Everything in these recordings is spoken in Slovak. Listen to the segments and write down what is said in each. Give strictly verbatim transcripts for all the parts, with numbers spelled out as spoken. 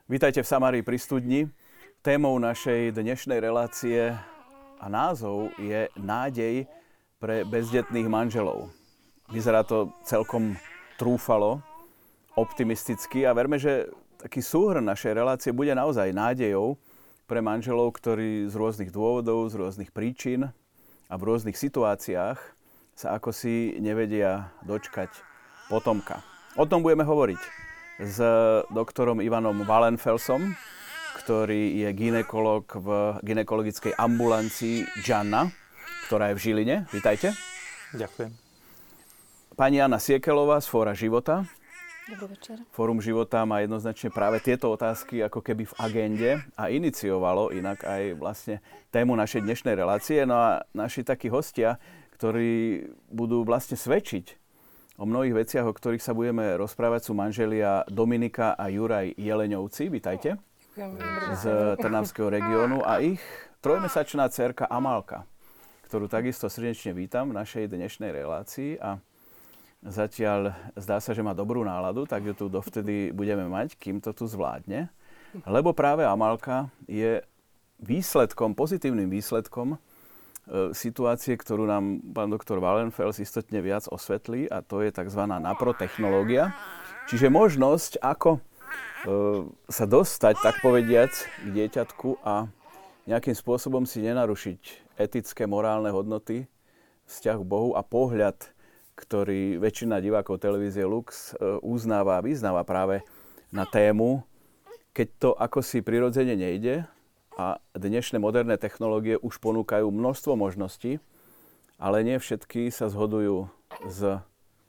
Vítajte v Samárii pri studni. Témou našej dnešnej relácie a názov je Nádej pre bezdetných manželov. Vyzerá to celkom trúfalo, optimisticky a verme, že taký súhrn našej relácie bude naozaj nádejou pre manželov, ktorí z rôznych dôvodov, z rôznych príčin a v rôznych situáciách sa ako si nevedia dočkať potomka. O tom budeme hovoriť s doktorom Ivanom Wallenfelsom, ktorý je gynekolog v gynekologickej ambulancii Gianna, ktorá je v Žiline. Vítajte. Ďakujem. Pani Jana Siekelová z Fóra života. Dobrý večer. Fórum života má jednoznačne práve tieto otázky ako keby v agende a iniciovalo inak aj vlastne tému našej dnešnej relácie. No a naši takí hostia, ktorí budú vlastne svedčiť o mnohých veciach, o ktorých sa budeme rozprávať, sú manželia Dominika a Juraj Jeleňovci. Vítajte. Ďakujem. Z Trnavského regiónu a ich trojmesačná dcérka Amálka, ktorú takisto srdečne vítam v našej dnešnej relácii a zatiaľ zdá sa, že má dobrú náladu, tak ju tu dovtedy budeme mať, kým to tu zvládne. Lebo práve Amálka je výsledkom, pozitívnym výsledkom situácie, ktorú nám pán doktor Wallenfels istotne viac osvetlí, a to je tzv. naprotechnológia. Čiže možnosť, ako e, sa dostať, tak povediac, k dieťatku a nejakým spôsobom si nenarušiť etické, morálne hodnoty, vzťah k Bohu a pohľad, ktorý väčšina divákov televízie Lux e, uznáva a vyznáva práve na tému, keď to ako si prirodzene nejde. A dnešné moderné technológie už ponúkajú množstvo možností, ale nie všetky sa zhodujú s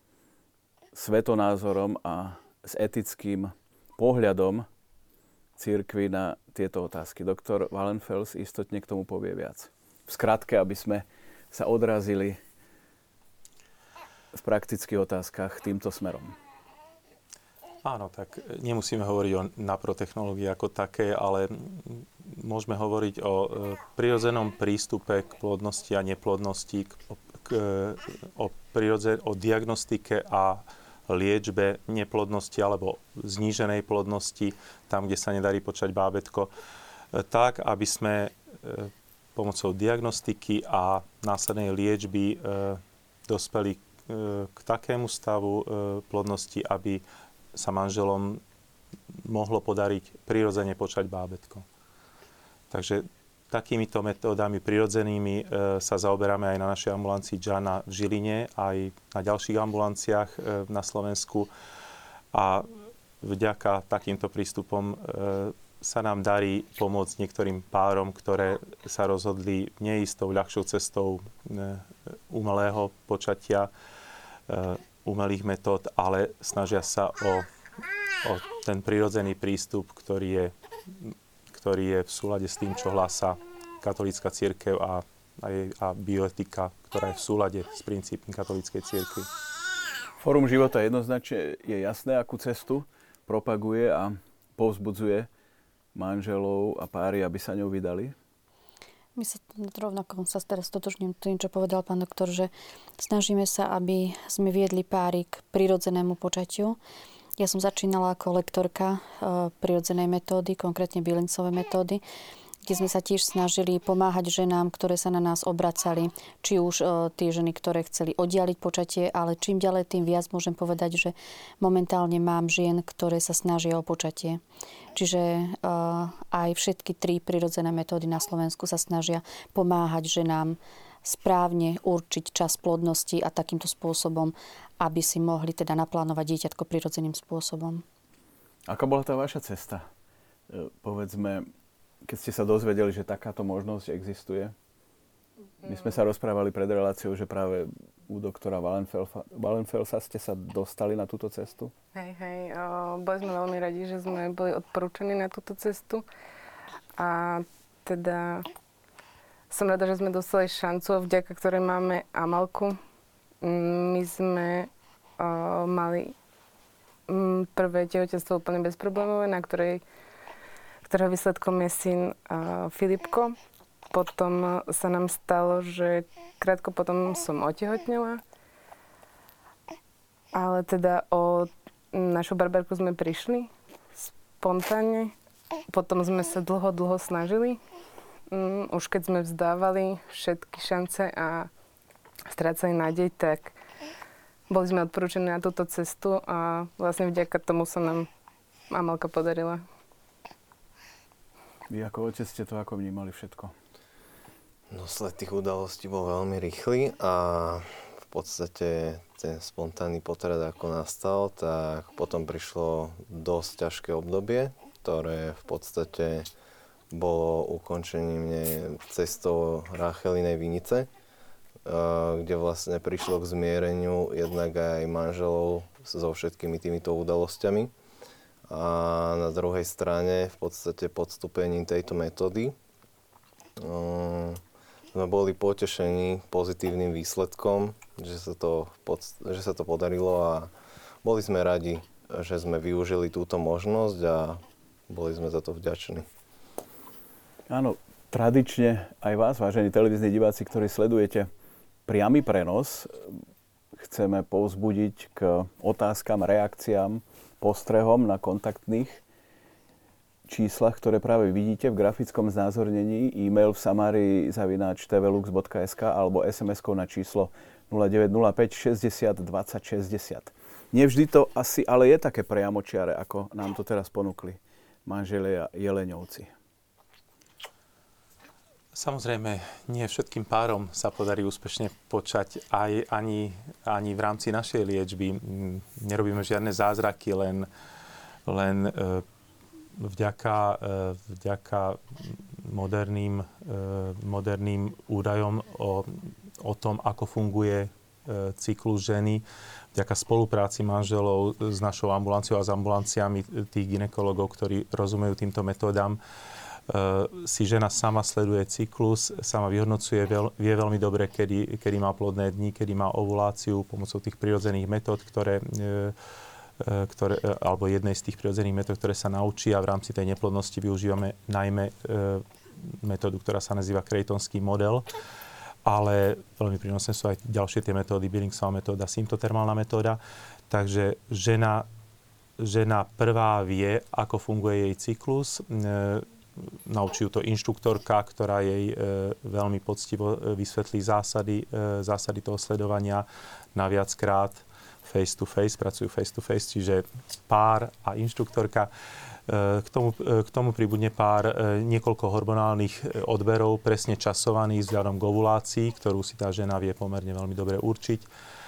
svetonázorom a s etickým pohľadom cirkvi na tieto otázky. Doktor Wallenfels istotne k tomu povie viac. V skratke, aby sme sa odrazili v praktických otázkach týmto smerom. Áno, tak nemusíme hovoriť o naprotechnológii ako také, ale môžeme hovoriť o prirodzenom prístupe k plodnosti a neplodnosti, k, k, o, prirodze, o diagnostike a liečbe neplodnosti alebo zníženej plodnosti, tam, kde sa nedarí počať bábätko, tak, aby sme pomocou diagnostiky a následnej liečby dospeli k takému stavu plodnosti, aby sa manželom mohlo podariť prirodzene počať bábätko. Takže takýmito metódami prirodzenými e, sa zaoberáme aj na našej ambulancii Gianna v Žiline, aj na ďalších ambulanciách e, na Slovensku. A vďaka takýmto prístupom e, sa nám darí pomôcť niektorým párom, ktoré sa rozhodli neísť tou ľahšou cestou e, umelého počatia, e, umelých metód, ale snažia sa o, o ten prirodzený prístup, ktorý je, ktorý je v súlade s tým, čo hlása katolícka cirkev a, a, a bioetika, ktorá je v súlade s princípmi katolíckej cirkvi. Fórum života jednoznačne je jasné, akú cestu propaguje a povzbudzuje manželov a páry, aby sa ňou vydali. My sa rovnako sa teraz stotožňujem tým, čo povedal pán doktor, že snažíme sa, aby sme viedli páry k prirodzenému počatiu. Ja som začínala ako lektorka e, prirodzenej metódy, konkrétne Billingsovej metódy, kde sme sa tiež snažili pomáhať ženám, ktoré sa na nás obracali. Či už e, tie ženy, ktoré chceli oddialiť počatie, ale čím ďalej, tým viac môžem povedať, že momentálne mám žien, ktoré sa snažia o počatie. Čiže uh, aj všetky tri prirodzené metódy na Slovensku sa snažia pomáhať ženám správne určiť čas plodnosti a takýmto spôsobom, aby si mohli teda naplánovať dieťatko prirodzeným spôsobom. Aká bola tá vaša cesta? E, povedzme, keď ste sa dozvedeli, že takáto možnosť existuje. My sme sa rozprávali pred reláciou, že práve u doktora Wallenfelsa, Wallenfelsa ste sa dostali na túto cestu. Hej, hej. O, boli sme veľmi radi, že sme boli odporúčaní na túto cestu. A teda som rada, že sme dostali šancu, vďaka ktorej máme Amálku. My sme o, mali m, prvé tehotenstvo úplne bezproblémové, na ktorej, ktorého výsledkom je syn o, Filipko. Potom sa nám stalo, že krátko potom som otehotnela. Ale teda o našu barbarku sme prišli spontánne potom sme sa dlho, dlho snažili. Um, už keď sme vzdávali všetky šance a strácali nádej, tak boli sme odporúčení na túto cestu a vlastne vďaka tomu sa nám Amalka podarila. Vy ako otec ste to ako vnímali všetko? No sled tých udalostí bol veľmi rýchly a v podstate ten spontánny potrat ako nastal, tak potom prišlo dosť ťažké obdobie, ktoré v podstate bolo ukončením cestou Ráchelinej vinice, kde vlastne prišlo k zmiereniu jednak aj manželov so všetkými týmito udalosťami. A na druhej strane v podstate podstúpením tejto metódy um, sme boli potešení pozitívnym výsledkom, že sa, to, že sa to podarilo a boli sme radi, že sme využili túto možnosť a boli sme za to vďační. Áno, tradične aj vás, vážení televízni diváci, ktorí sledujete priamy prenos, chceme povzbudiť k otázkam, reakciám, postrehom na kontaktných číslach, ktoré práve vidíte v grafickom znázornení, e-mail v samárii zavináč tvlux bodka es ká alebo es em eskou na číslo nula deväť nula päť šesťdesiat dvadsať šesťdesiat. Nevždy to asi ale je také priamočiare, ako nám to teraz ponúkli manželia Jeleňovci. Samozrejme, nie všetkým párom sa podarí úspešne počať aj ani, ani v rámci našej liečby. Nerobíme žiadne zázraky, len, len vďaka, vďaka moderným, moderným údajom o, o tom, ako funguje cyklus ženy, vďaka spolupráci manželov s našou ambulanciou a s ambulanciami tých gynekologov, ktorí rozumejú týmto metódam, si žena sama sleduje cyklus, sama vyhodnocuje, vie veľmi dobre, kedy, kedy má plodné dni, kedy má ovuláciu pomocou tých prirodzených metód, ktoré, ktoré, alebo jednej z tých prirodzených metód, ktoré sa naučí a v rámci tej neplodnosti využívame najmä metódu, ktorá sa nazýva Creightonský model. Ale veľmi prínosné sú aj ďalšie tie metódy, Billingsová metóda, symptotermálna metóda. Takže žena, žena prvá vie, ako funguje jej cyklus. Naučí ju to inštruktorka, ktorá jej e, veľmi poctivo vysvetlí zásady, e, zásady toho sledovania na viackrát face to face, pracujú face to face, čiže pár a inštruktorka. E, k tomu, e, k tomu pribudne pár e, niekoľko hormonálnych odberov, presne časovaných vzhľadom k ovulácii, ktorú si tá žena vie pomerne veľmi dobre určiť.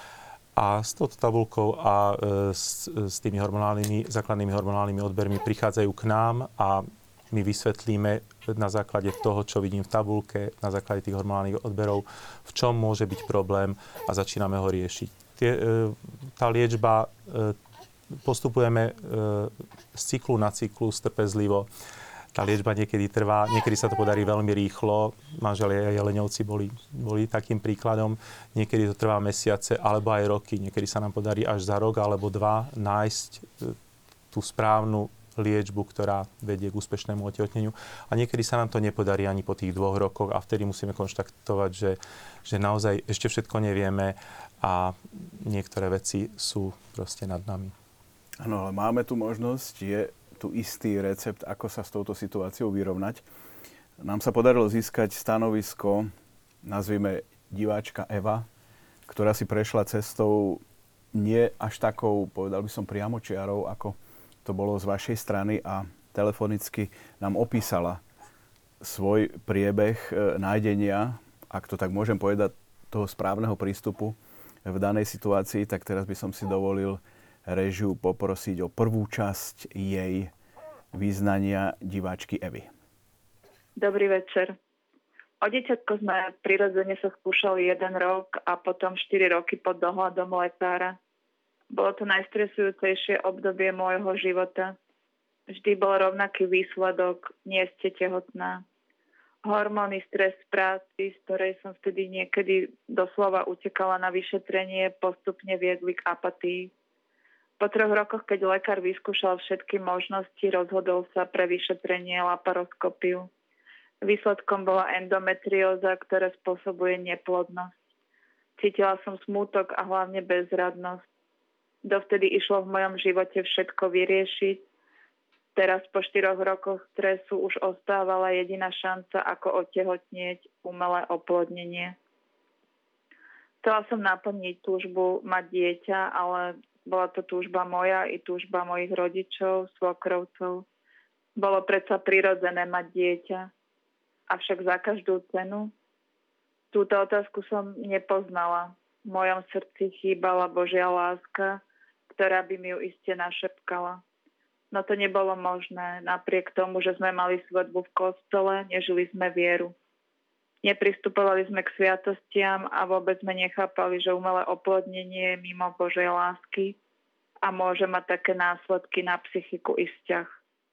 A s touto tabuľkou a e, s, s tými hormonálnymi, základnými hormonálnymi odbermi prichádzajú k nám a my vysvetlíme na základe toho, čo vidím v tabuľke, na základe tých hormonálnych odberov, v čom môže byť problém a začíname ho riešiť. Tie, tá liečba, postupujeme z cyklu na cyklus trpezlivo. Tá liečba niekedy trvá, niekedy sa to podarí veľmi rýchlo. Manželia Jeleňovci boli, boli takým príkladom. Niekedy to trvá mesiace alebo aj roky. Niekedy sa nám podarí až za rok alebo dva nájsť tú správnu liečbu, ktorá vedie k úspešnému otehotneniu. A niekedy sa nám to nepodarí ani po tých dvoch rokoch a vtedy musíme konštatovať, že, že naozaj ešte všetko nevieme a niektoré veci sú proste nad nami. Áno, ale máme tu možnosť, je tu istý recept, ako sa s touto situáciou vyrovnať. Nám sa podarilo získať stanovisko, nazvime diváčka Eva, ktorá si prešla cestou nie až takou, povedal by som, priamočiarou, ako to bolo z vašej strany a telefonicky nám opísala svoj priebeh nájdenia, ak to tak môžem povedať, toho správneho prístupu v danej situácii, tak teraz by som si dovolil režiu poprosiť o prvú časť jej význania diváčky Evy. Dobrý večer. O deťatko sme prirodzene sa skúšali jeden rok a potom štyri roky pod dohľadom lekára. Bolo to najstresujúcejšie obdobie môjho života. Vždy bol rovnaký výsledok, nie ste tehotná. Hormóny, stres v práci, z ktorej som vtedy niekedy doslova utekala na vyšetrenie, postupne viedli k apatii. Po troch rokoch, keď lekár vyskúšal všetky možnosti, rozhodol sa pre vyšetrenie laparoskopiu. Výsledkom bola endometrióza, ktorá spôsobuje neplodnosť. Cítila som smútok a hlavne bezradnosť. Dovtedy išlo v mojom živote všetko vyriešiť. Teraz po štyroch rokoch stresu už ostávala jediná šanca, ako otehotnieť, umelé oplodnenie. Chcela som naplniť túžbu mať dieťa, ale bola to túžba moja i túžba mojich rodičov, svokrovcov. Bolo predsa prirodzené mať dieťa, avšak za každú cenu. Túto otázku som nepoznala. V mojom srdci chýbala Božia láska, ktorá by mi ju iste našepkala. No to nebolo možné, napriek tomu, že sme mali svadbu v kostole, nežili sme vieru. Nepristupovali sme k sviatostiam a vôbec sme nechápali, že umelé oplodnenie je mimo Božej lásky a môže mať také následky na psychiku i vzťah.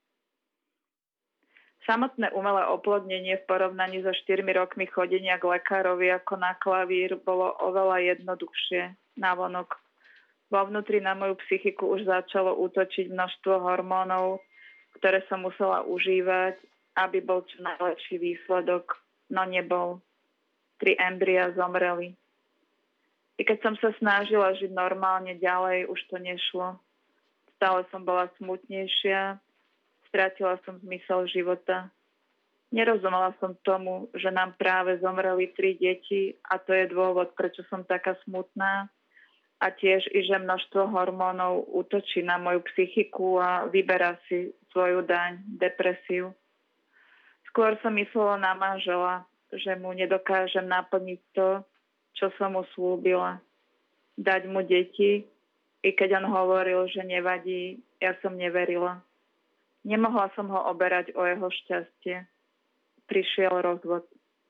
Samotné umelé oplodnenie v porovnaní so štyrmi rokmi chodenia k lekárovi ako na klavír bolo oveľa jednoduchšie navonok. Vo vnútri na moju psychiku už začalo útočiť množstvo hormónov, ktoré som musela užívať, aby bol čo najlepší výsledok. No nebol. Tri embryá zomreli. I keď som sa snažila žiť normálne ďalej, už to nešlo. Stále som bola smutnejšia, stratila som zmysel života. Nerozumela som tomu, že nám práve zomreli tri deti a to je dôvod, prečo som taká smutná. A tiež i, že množstvo hormónov útočí na moju psychiku a vyberá si svoju daň, depresiu. Skôr som myslela na manžela, že mu nedokážem naplniť to, čo som mu slúbila. Dať mu deti, i keď on hovoril, že nevadí, ja som neverila. Nemohla som ho oberať o jeho šťastie. Prišiel rozvod.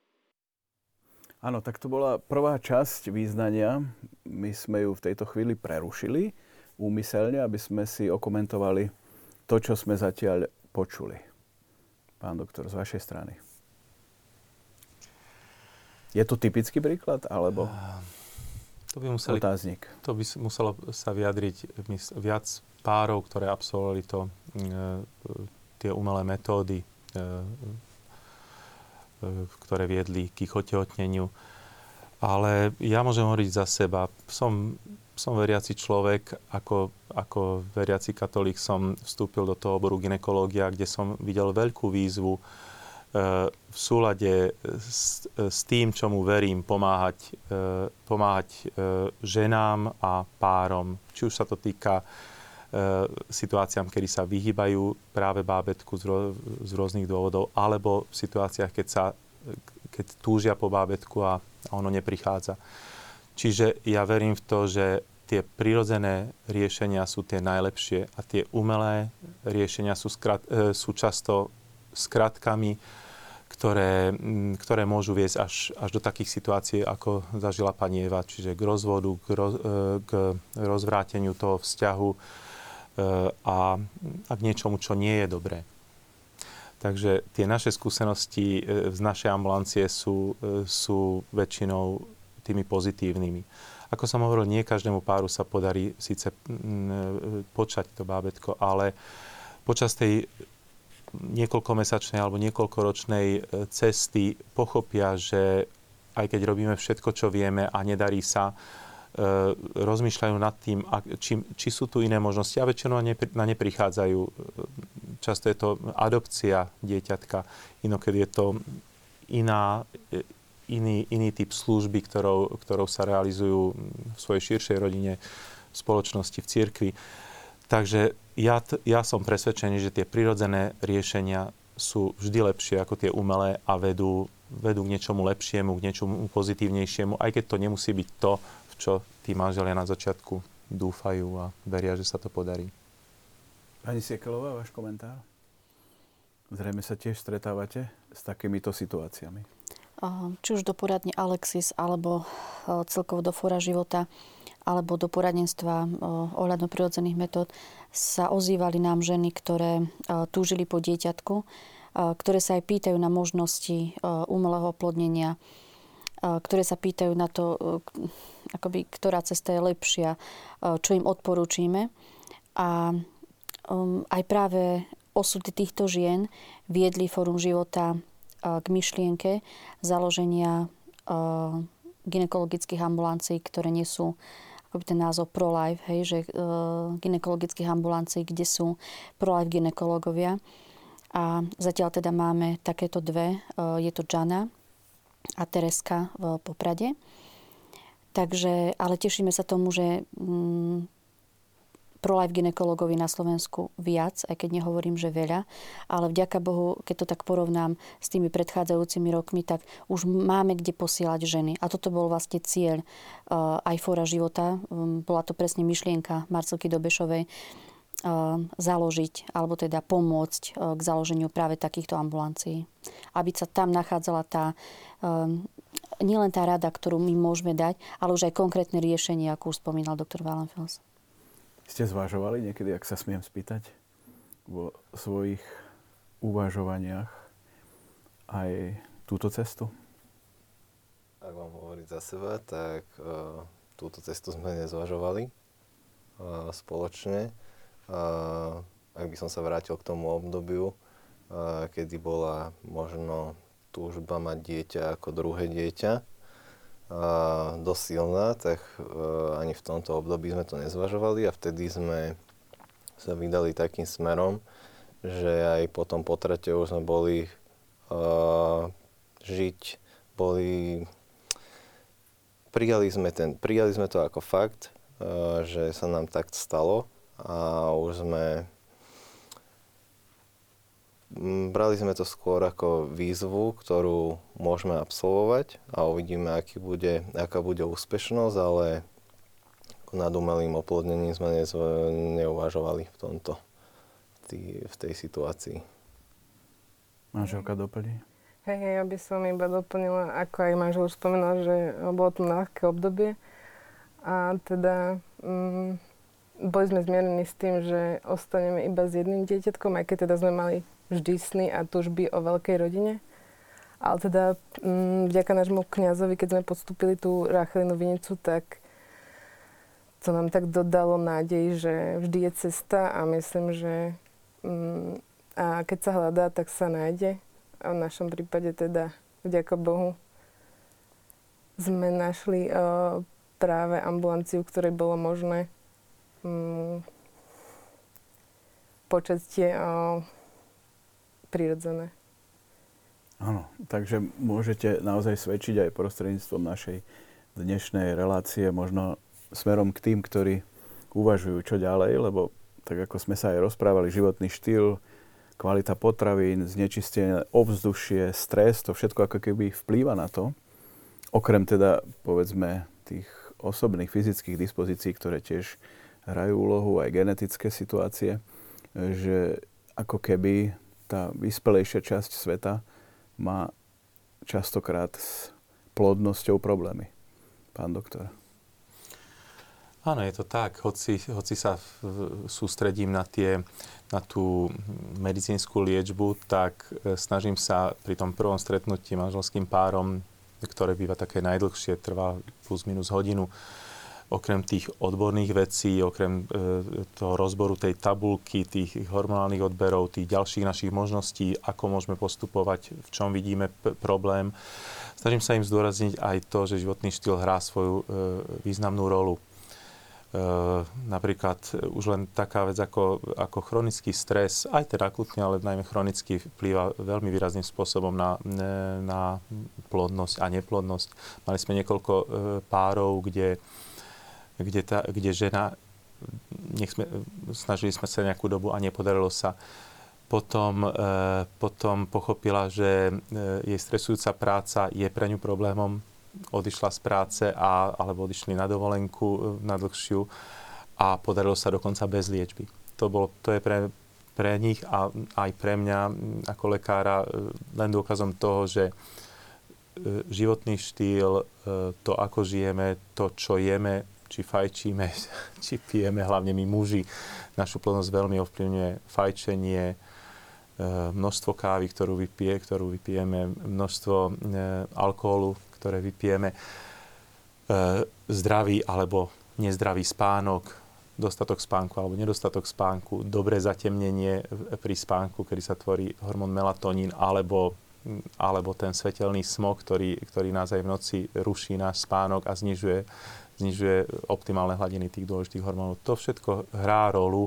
Áno, tak to bola prvá časť význania. My sme ju v tejto chvíli prerušili úmyselne, aby sme si okomentovali to, čo sme zatiaľ počuli. Pán doktor, z vašej strany. Je to typický príklad, alebo to by museli, otáznik? To by muselo sa vyjadriť viac párov, ktoré absolvovali to, tie umelé metódy, ktoré viedli k ich otehotneniu. Ale ja môžem hovoriť za seba. Som, som veriaci človek, ako, ako veriaci katolík som vstúpil do toho oboru gynekológia, kde som videl veľkú výzvu e, v súlade s, s tým, čomu verím, pomáhať, e, pomáhať e, ženám a párom. Či už sa to týka situáciám, kedy sa vyhýbajú práve bábätku z, ro- z rôznych dôvodov, alebo v situáciách, keď, sa, keď túžia po bábätku a, a ono neprichádza. Čiže ja verím v to, že tie prirodzené riešenia sú tie najlepšie a tie umelé riešenia sú, skrat- sú často skratkami, ktoré, ktoré môžu viesť až, až do takých situácií, ako zažila pani Eva, čiže k rozvodu, k, roz, k rozvráteniu toho vzťahu, a, a k niečomu, čo nie je dobré. Takže tie naše skúsenosti z našej ambulancie sú, sú väčšinou tými pozitívnymi. Ako som hovoril, nie každému páru sa podarí síce počať to bábätko, ale počas tej niekoľkomesačnej alebo niekoľkoročnej cesty pochopia, že aj keď robíme všetko, čo vieme a nedarí sa, rozmýšľajú nad tým, či, či sú tu iné možnosti a väčšinou na ne prichádzajú. Často je to adopcia dieťatka, inokedy je to iná, iný, iný typ služby, ktorou, ktorou sa realizujú v svojej širšej rodine, v spoločnosti, v cirkvi. Takže ja, ja som presvedčený, že tie prirodzené riešenia sú vždy lepšie ako tie umelé a vedú, vedú k niečomu lepšiemu, k niečomu pozitívnejšiemu, aj keď to nemusí byť to, čo tí manželia na začiatku dúfajú a veria, že sa to podarí. Pani Siekelová, váš komentár? Zrejme sa tiež stretávate s takýmito situáciami. Či už do poradne Alexis, alebo celkovo do Fóra života, alebo do poradenstva ohľadom prirodzených metód sa ozývali nám ženy, ktoré túžili po dieťatku, ktoré sa aj pýtajú na možnosti umelého oplodnenia, ktoré sa pýtajú na to, akoby, ktorá cesta je lepšia, čo im odporúčime. A um, aj práve osudy týchto žien viedli Fórum života uh, k myšlienke založenia uh, gynekologických ambulancií, ktoré nesú ten názov pro-life, hej, že e, gynekologických ambulancií, kde sú pro-life gynekológovia. A zatiaľ teda máme takéto dve. E, je to Jana a Tereska v Poprade. Takže, ale tešíme sa tomu, že mm, pro-life gynekológovi na Slovensku viac, aj keď nehovorím, že veľa, ale vďaka Bohu, keď to tak porovnám s tými predchádzajúcimi rokmi, tak už máme kde posielať ženy. A toto bol vlastne cieľ uh, aj Fóra života. Um, bola to presne myšlienka Marcelky Dobešovej uh, založiť, alebo teda pomôcť uh, k založeniu práve takýchto ambulancií. Aby sa tam nachádzala tá um, nielen tá rada, ktorú my môžeme dať, ale už aj konkrétne riešenie, ako už spomínal doktor Wallenfels. Ste zvažovali niekedy, ak sa smiem spýtať, vo svojich uvažovaniach aj túto cestu? Ak mám hovoriť za seba, tak uh, túto cestu sme nezvažovali uh, spoločne. Uh, ak by som sa vrátil k tomu obdobiu, uh, kedy bola možno túžba mať dieťa ako druhé dieťa, a dosť silná, tak uh, ani v tomto období sme to nezvažovali a vtedy sme sa vydali takým smerom, že aj po tom potrate už sme boli uh, žiť, boli... Prijali sme, ten, prijali sme to ako fakt, uh, že sa nám tak stalo a už sme... Brali sme to skôr ako výzvu, ktorú môžeme absolvovať a uvidíme, aký bude, aká bude úspešnosť, ale nad umelým oplodnením sme neuvažovali v tomto, tý, v tej situácii. Manželka doplní? Hej, hej, ja by som iba doplnila, ako aj manžel už spomenul, že bolo to ľahké obdobie a teda... Mm, boli sme zmierení s tým, že ostaneme iba s jedným dieťatkom, aj keď teda sme mali vždy sny a túžby o veľkej rodine. Ale teda m, vďaka nášmu kňazovi, keď sme podstúpili tú Rachelinu vinicu, tak to nám tak dodalo nádej, že vždy je cesta a myslím, že m, a keď sa hľadá, tak sa nájde. A v našom prípade teda vďaka Bohu sme našli uh, práve ambulanciu, v ktorej bolo možné um, počastie uh, prirodzené. Áno, takže môžete naozaj svedčiť aj prostredníctvom našej dnešnej relácie, možno smerom k tým, ktorí uvažujú, čo ďalej, lebo tak ako sme sa aj rozprávali, životný štýl, kvalita potravín, znečistenie, ovzdušie, stres, to všetko ako keby vplýva na to. Okrem teda, povedzme, tých osobných fyzických dispozícií, ktoré tiež hrajú úlohu, aj genetické situácie, že ako keby tá vyspelejšia časť sveta má častokrát s plodnosťou problémy. Pán doktor. Áno, je to tak. Hoci, hoci sa v, sústredím na, tie, na tú medicínsku liečbu, tak snažím sa pri tom prvom stretnutí manželským párom, ktoré býva také najdlhšie, trvá plus minus hodinu, okrem tých odborných vecí, okrem e, toho rozboru tej tabulky, tých hormonálnych odberov, tých ďalších našich možností, ako môžeme postupovať, v čom vidíme p- problém. Snažím sa im zdôrazniť aj to, že životný štýl hrá svoju e, významnú rolu. E, napríklad už len taká vec ako, ako chronický stres, aj teda akutný, ale najmä chronický, vplýva veľmi výrazným spôsobom na, na plodnosť a neplodnosť. Mali sme niekoľko e, párov, kde Kde, tá, kde žena, nech sme, snažili sme sa nejakú dobu a nepodarilo sa. Potom, e, potom pochopila, že e, jej stresujúca práca je pre ňu problémom. Odišla z práce a, alebo odišli na dovolenku na dlhšiu a podarilo sa dokonca bez liečby. To, bolo, to je pre, pre nich a aj pre mňa ako lekára len dôkazom toho, že životný štýl, to ako žijeme, to čo jeme, či fajčíme, či pijeme, hlavne my muži. Našu plodnosť veľmi ovplyvňuje fajčenie, množstvo kávy, ktorú, vypije, ktorú vypijeme, množstvo alkoholu, ktoré vypijeme, zdravý alebo nezdravý spánok, dostatok spánku alebo nedostatok spánku, dobré zatemnenie pri spánku, kedy sa tvorí hormón melatonín, alebo alebo ten svetelný smog, ktorý, ktorý nás aj v noci ruší náš spánok a znižuje, znižuje optimálne hladiny tých dôležitých hormónov. To všetko hrá rolu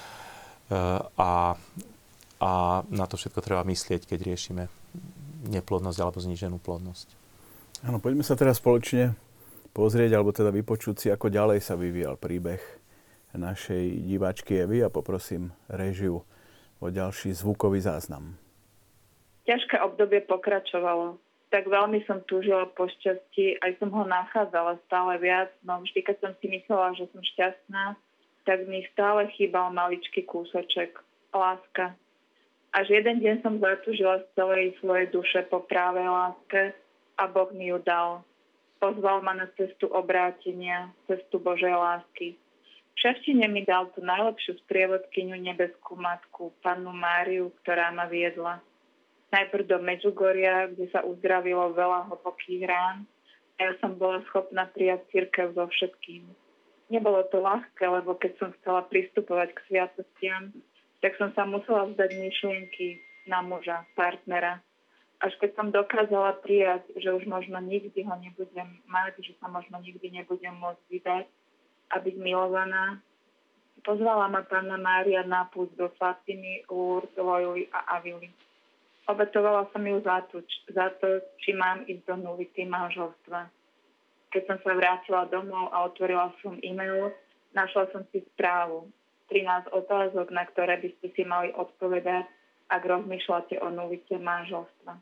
a, a na to všetko treba myslieť, keď riešime neplodnosť alebo zníženú plodnosť. Áno, poďme sa teraz spoločne pozrieť, alebo teda vypočuť si, ako ďalej sa vyvíjal príbeh našej diváčky Evy a poprosím réžiu o ďalší zvukový záznam. Ťažké obdobie pokračovalo. Tak veľmi som túžila po šťastí, aj som ho nachádzala stále viac, no vždy, keď som si myslela, že som šťastná, tak mi stále chýbal maličký kúsoček. Láska. Až jeden deň som zatúžila z celej svojej duše po právej láske a Boh mi ju dal. Pozval ma na cestu obrátenia, cestu Božej lásky. V šaštine mi dal tú najlepšiu sprievodkyňu, nebeskú matku, pannu Máriu, ktorá ma viedla. Najprv do Medžugoria, kde sa uzdravilo veľa hlbokých rán a ja som bola schopná prijať cirkev so všetkým. Nebolo to ľahké, lebo keď som chcela pristupovať k sviatostiam, tak som sa musela vzdať myšlienky na muža, partnera. Až keď som dokázala prijať, že už možno nikdy ho nebudem mať, že sa možno nikdy nebudem môcť vydať a byť milovaná, pozvala ma Panna Mária na púť do Fatimy, Lourdes, Loyoli a Avily. Obetovala som ju za to, za to, či mám ísť do nulity manželstva. Keď som sa vrátila domov a otvorila som e-mail, našla som si správu. trinásť otázok, na ktoré by ste si mali odpovedať, ak rozmýšľate o nulite manželstva.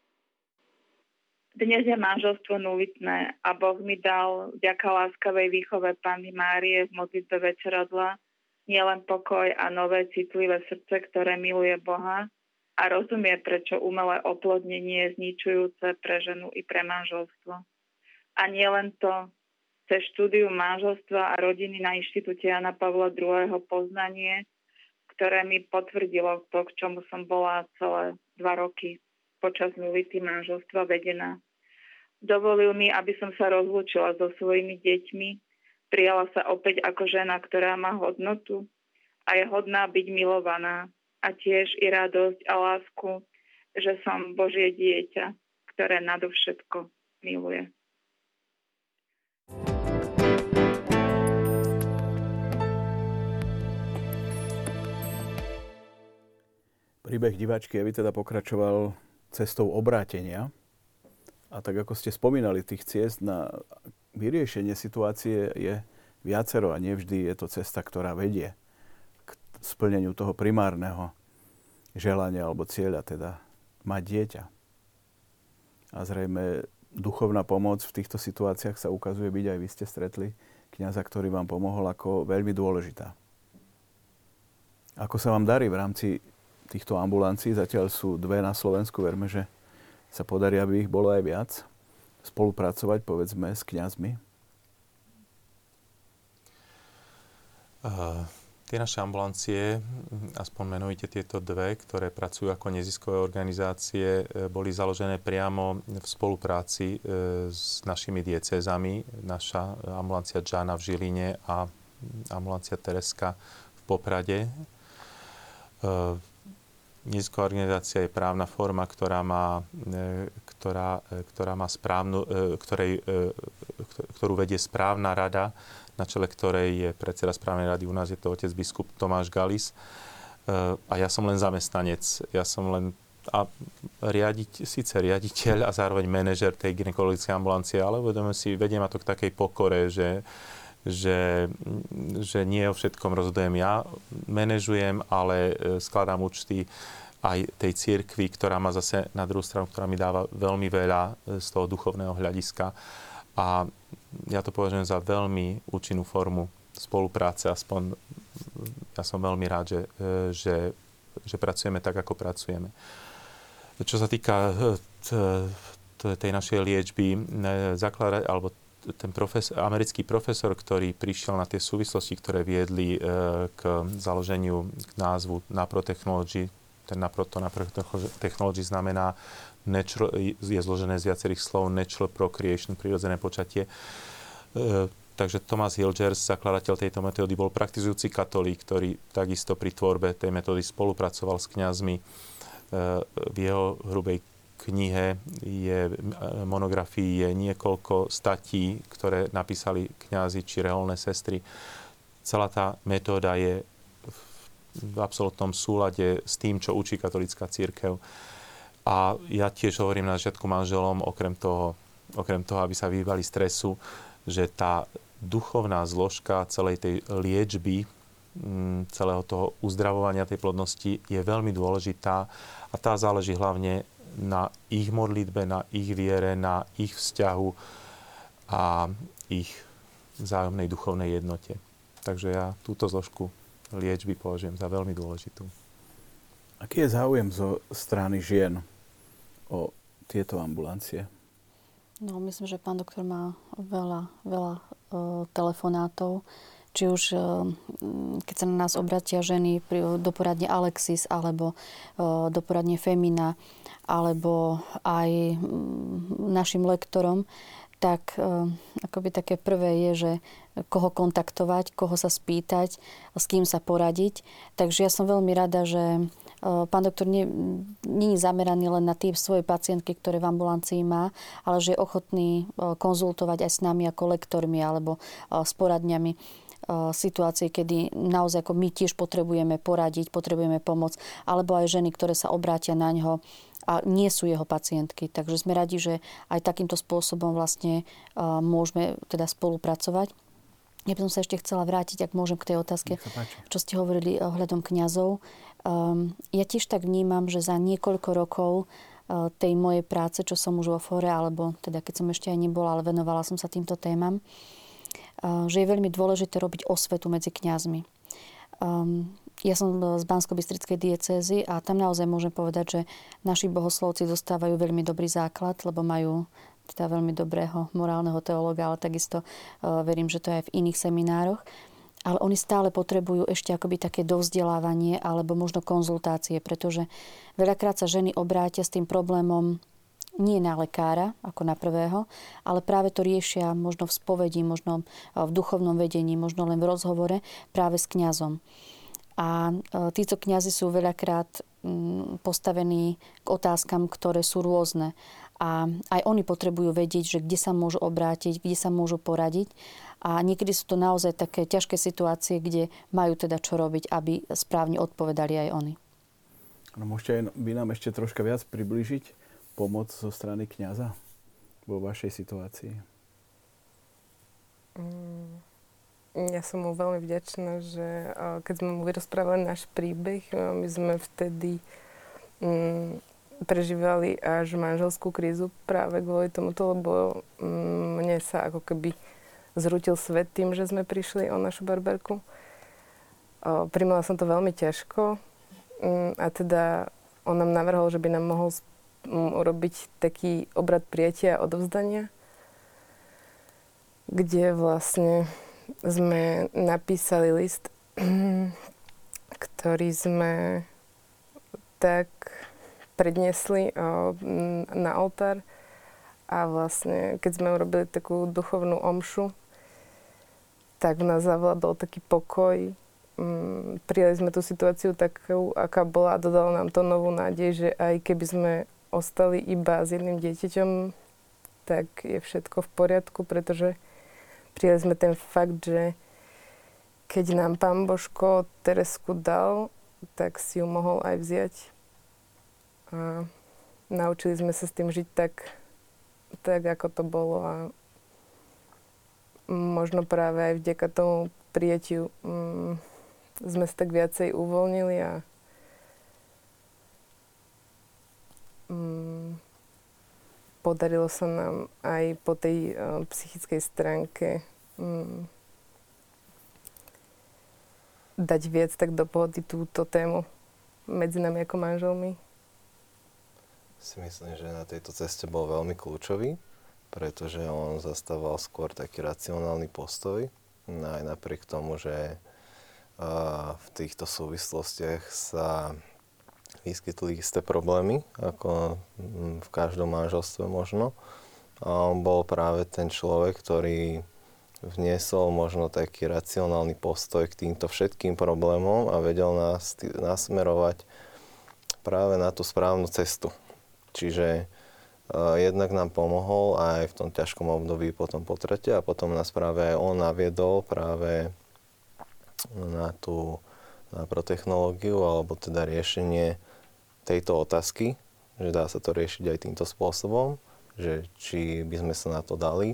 Dnes je manželstvo nulitné a Boh mi dal vďaka láskavej výchove Panny Márie v modlitbe večeradla nielen pokoj a nové citlivé srdce, ktoré miluje Boha a rozumie, prečo umelé oplodnenie je zničujúce pre ženu i pre manželstvo. A nie len to, cez štúdium manželstva a rodiny na Inštitúte Jana Pavla druhého. Poznanie, ktoré mi potvrdilo to, k čomu som bola celé dva roky počas nulity manželstva vedená. Dovolil mi, aby som sa rozlúčila so svojimi deťmi, prijala sa opäť ako žena, ktorá má hodnotu a je hodná byť milovaná a tiež i radosť a lásku, že som Božie dieťa, ktoré nadovšetko miluje. Príbeh diváčky Evy teda pokračoval cestou obrátenia. A tak ako ste spomínali, tých ciest na vyriešenie situácie je viacero a nevždy je to cesta, ktorá vedie k splneniu toho primárneho želania alebo cieľa, teda mať dieťa. A zrejme duchovná pomoc v týchto situáciách sa ukazuje byť, aj vy ste stretli kňaza, ktorý vám pomohol, ako veľmi dôležitá. Ako sa vám darí v rámci týchto ambulancií? Zatiaľ sú dve na Slovensku, verme, že sa podarí, aby ich bolo aj viac, spolupracovať, povedzme, s kňazmi? Uh, tie naše ambulancie, aspoň menujte tieto dve, ktoré pracujú ako neziskové organizácie, boli založené priamo v spolupráci s našimi diecézami. Naša ambulancia Džána v Žiline a ambulancia Tereska v Poprade. Uh, Nezisková organizácia je právna forma, ktorá má, ktorá, ktorá má správnu, ktorej, ktorú vedie správna rada, na čele ktorej je predseda správnej rady. U nás je to otec biskup Tomáš Galis. A ja som len zamestnanec. Ja som len a riadiť, síce riaditeľ a zároveň manažer tej gynekologickej ambulancie, ale uvedomujem si, vedie ma to k takej pokore, že Že, že nie o všetkom rozhodujem ja, manažujem, ale skladám účty aj tej cirkvi, ktorá má zase na druhú stranu, ktorá mi dáva veľmi veľa z toho duchovného hľadiska. A ja to považujem za veľmi účinnú formu spolupráce, aspoň ja som veľmi rád, že, že, že pracujeme tak, ako pracujeme. Čo sa týka tej našej liečby, zaklada, alebo ten profesor, americký profesor, ktorý prišiel na tie súvislosti, ktoré viedli e, k založeniu k názvu Naprotechnology. Ten napro, Naprotechnology znamená, natural, je zložené z viacerých slov, natural procreation, prirodzené počatie. E, takže Thomas Hilgers, zakladateľ tejto metódy, bol praktizujúci katolík, ktorý takisto pri tvorbe tej metódy spolupracoval s kňazmi. E, v jeho hrubej knihe je, monografii je niekoľko statí, ktoré napísali kňazi či reholné sestry. Celá tá metóda je v absolútnom súlade s tým, čo učí katolícka cirkev. A ja tiež hovorím na začiatku manželom, okrem toho, okrem toho, aby sa vyhýbali stresu, že tá duchovná zložka celej tej liečby, celého toho uzdravovania tej plodnosti je veľmi dôležitá a tá záleží hlavne na ich modlitbe, na ich viere, na ich vzťahu a ich vzájomnej duchovnej jednote. Takže ja túto zložku liečby považujem za veľmi dôležitú. Aký je záujem zo strany žien o tieto ambulancie? No, myslím, že pán doktor má veľa, veľa e, telefonátov. Či už e, keď sa na nás obratia ženy pri, do poradne Alexis alebo e, do poradne Femina alebo aj m, našim lektorom, tak e, akoby také prvé je, že koho kontaktovať, koho sa spýtať, s kým sa poradiť. Takže ja som veľmi rada, že pán doktor nie, nie je zameraný len na tie svoje pacientky, ktoré v ambulancii má, ale že je ochotný konzultovať aj s nami ako lektormi alebo s poradňami situácie, kedy naozaj ako my tiež potrebujeme poradiť, potrebujeme pomoc, alebo aj ženy, ktoré sa obrátia na ňo a nie sú jeho pacientky. Takže sme radi, že aj takýmto spôsobom vlastne môžeme teda spolupracovať. Ja by som sa ešte chcela vrátiť, ak môžem, k tej otázke, čo ste hovorili ohľadom kňazov. Um, ja tiež tak vnímam, že za niekoľko rokov uh, tej mojej práce, čo som už vo fóre, alebo teda keď som ešte aj nebola, ale venovala som sa týmto témam, uh, že je veľmi dôležité robiť osvetu medzi kňazmi. Um, ja som z Banskobystrickej diecézy a tam naozaj môžem povedať, že naši bohoslovci dostávajú veľmi dobrý základ, lebo majú teda veľmi dobrého morálneho teológa, ale takisto uh, verím, že to je aj v iných seminároch. Ale oni stále potrebujú ešte akoby také dovzdelávanie alebo možno konzultácie, pretože veľakrát sa ženy obrátia s tým problémom nie na lekára, ako na prvého, ale práve to riešia možno v spovedi, možno v duchovnom vedení, možno len v rozhovore práve s kňazom. A títo kňazi sú veľakrát postavení k otázkam, ktoré sú rôzne. A aj oni potrebujú vedieť, že kde sa môžu obrátiť, kde sa môžu poradiť. A niekedy sú to naozaj také ťažké situácie, kde majú teda čo robiť, aby správne odpovedali aj oni. No, môžete by nám ešte troška viac priblížiť pomoc zo strany kňaza vo vašej situácii? Ja som mu veľmi vďačná, že keď sme mu vyrozprávali náš príbeh, my sme vtedy prežívali až manželskú krízu práve kvôli tomuto, lebo mne sa ako keby zrútil svet tým, že sme prišli o našu Barbarku. Primala som to veľmi ťažko a teda on nám navrhol, že by nám mohol urobiť taký obrad prijatia a odovzdania, kde vlastne sme napísali list, ktorý sme tak predniesli na oltár a vlastne keď sme urobili takú duchovnú omšu, tak v nás zavládol taký pokoj. Prijali sme tú situáciu takú, aká bola a dodalo nám to novú nádej, že aj keby sme ostali iba s jedným dieťaťom, tak je všetko v poriadku, pretože prijali sme ten fakt, že keď nám Pán Božko Teresku dal, tak si ju mohol aj vziať. A naučili sme sa s tým žiť tak, tak ako to bolo a možno práve aj vďaka tomu prijatiu um, sme sa tak viacej uvoľnili a um, podarilo sa nám aj po tej uh, psychickej stránke um, dať viac tak do pohody túto tému medzi nami ako manželmi. Si myslím, že na tejto ceste bol veľmi kľúčový, pretože on zastával skôr taký racionálny postoj. Aj napriek tomu, že uh, v týchto súvislostiach sa vyskytli isté problémy, ako v každom manželstve možno. A on bol práve ten človek, ktorý vniesol možno taký racionálny postoj k týmto všetkým problémom a vedel nás nasmerovať práve na tú správnu cestu. Čiže uh, jednak nám pomohol aj v tom ťažkom období potom po tretie a potom nás práve aj on naviedol práve na tú na protechnológiu alebo teda riešenie tejto otázky, že dá sa to riešiť aj týmto spôsobom, že či by sme sa na to dali.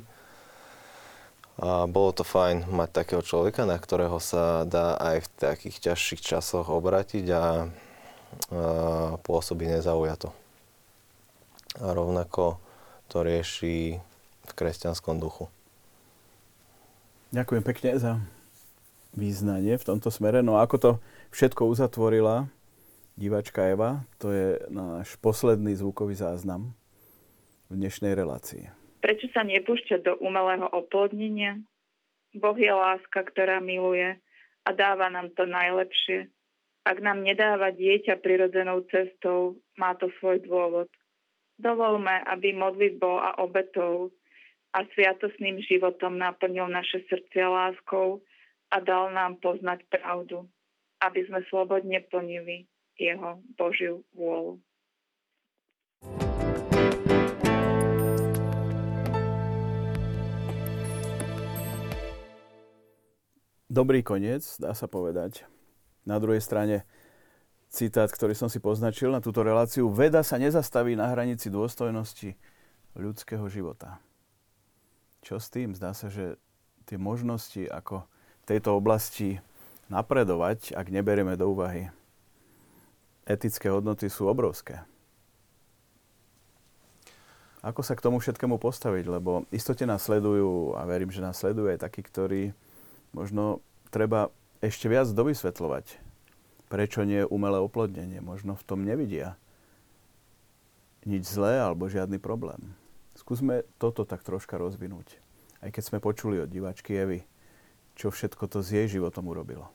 A bolo to fajn mať takého človeka, na ktorého sa dá aj v takých ťažších časoch obrátiť a, a pôsobí nezaujato. A rovnako to rieši v kresťanskom duchu. Ďakujem pekne za význanie v tomto smere. No a ako to všetko uzatvorila diváčka Eva, to je náš posledný zvukový záznam v dnešnej relácii. Prečo sa nepúšťať do umelého oplodnenia? Boh je láska, ktorá miluje a dáva nám to najlepšie. Ak nám nedáva dieťa prirodzenou cestou, má to svoj dôvod. Dovolme, aby modlitbou a obetou a sviatosným životom naplnil naše srdcia láskou a dal nám poznať pravdu, aby sme slobodne plnili jeho Božiu vôľu. Dobrý koniec, dá sa povedať. Na druhej strane citát, ktorý som si poznačil na túto reláciu. Veda sa nezastaví na hranici dôstojnosti ľudského života. Čo s tým? Zdá sa, že tie možnosti, ako v tejto oblasti napredovať, ak neberieme do úvahy etické hodnoty, sú obrovské. Ako sa k tomu všetkému postaviť? Lebo istote nás sledujú, a verím, že nás sledujú aj takí, ktorí možno treba ešte viac dovysvetľovať, prečo nie je umelé oplodnenie. Možno v tom nevidia nič zlé alebo žiadny problém. Skúsme toto tak troška rozvinúť. Aj keď sme počuli od diváčky Evy, čo všetko to s jej životom urobilo.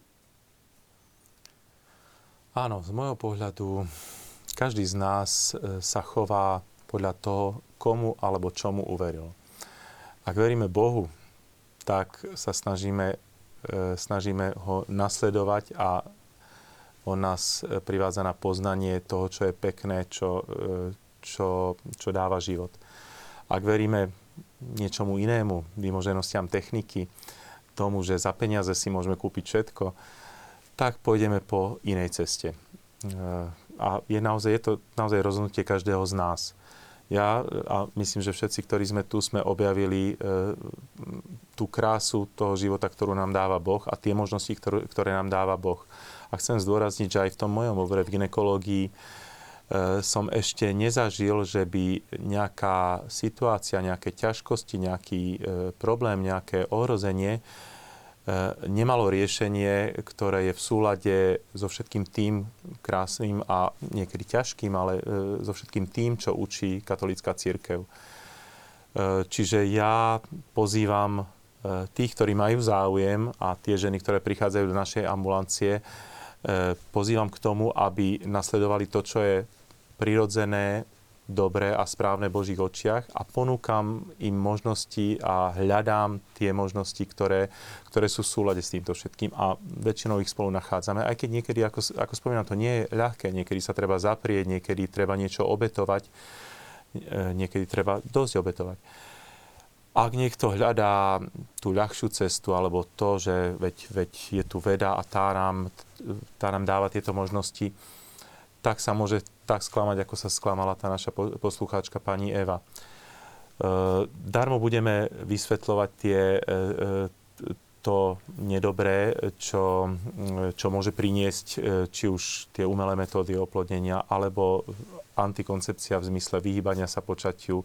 Áno, z môjho pohľadu každý z nás sa chová podľa toho, komu alebo čomu uveril. Ak veríme Bohu, tak sa snažíme, snažíme ho nasledovať a on nás privádza na poznanie toho, čo je pekné, čo, čo, čo dáva život. Ak veríme niečomu inému, vymoženostiam techniky, tomu, že za peniaze si môžeme kúpiť všetko, tak pôjdeme po inej ceste. A je naozaj, je to naozaj rozhodnutie každého z nás. Ja a myslím, že všetci, ktorí sme tu, sme objavili e, tú krásu toho života, ktorú nám dáva Boh a tie možnosti, ktoré, ktoré nám dáva Boh. A chcem zdôrazniť, že aj v tom mojom obore v gynekológii e, som ešte nezažil, že by nejaká situácia, nejaké ťažkosti, nejaký e, problém, nejaké ohrozenie nemalo riešenie, ktoré je v súlade so všetkým tým krásnym a niekedy ťažkým, ale so všetkým tým, čo učí katolícka cirkev. Čiže ja pozývam tých, ktorí majú záujem a tie ženy, ktoré prichádzajú do našej ambulancie, pozývam k tomu, aby nasledovali to, čo je prirodzené, dobré a správne v Božích očiach a ponúkam im možnosti a hľadám tie možnosti, ktoré, ktoré sú v súlade s týmto všetkým a väčšinou ich spolu nachádzame. Aj keď niekedy, ako, ako spomínam, to nie je ľahké, niekedy sa treba zaprieť, niekedy treba niečo obetovať, niekedy treba dosť obetovať. Ak niekto hľadá tú ľahšiu cestu alebo to, že veď, veď je tu veda a tá nám, tá nám dáva tieto možnosti, tak sa môže tak sklamať, ako sa sklamala tá naša poslucháčka pani Eva. E, darmo budeme vysvetľovať tie, e, to nedobré, čo, čo môže priniesť či už tie umelé metódy oplodnenia, alebo antikoncepcia v zmysle vyhýbania sa počatiu, e,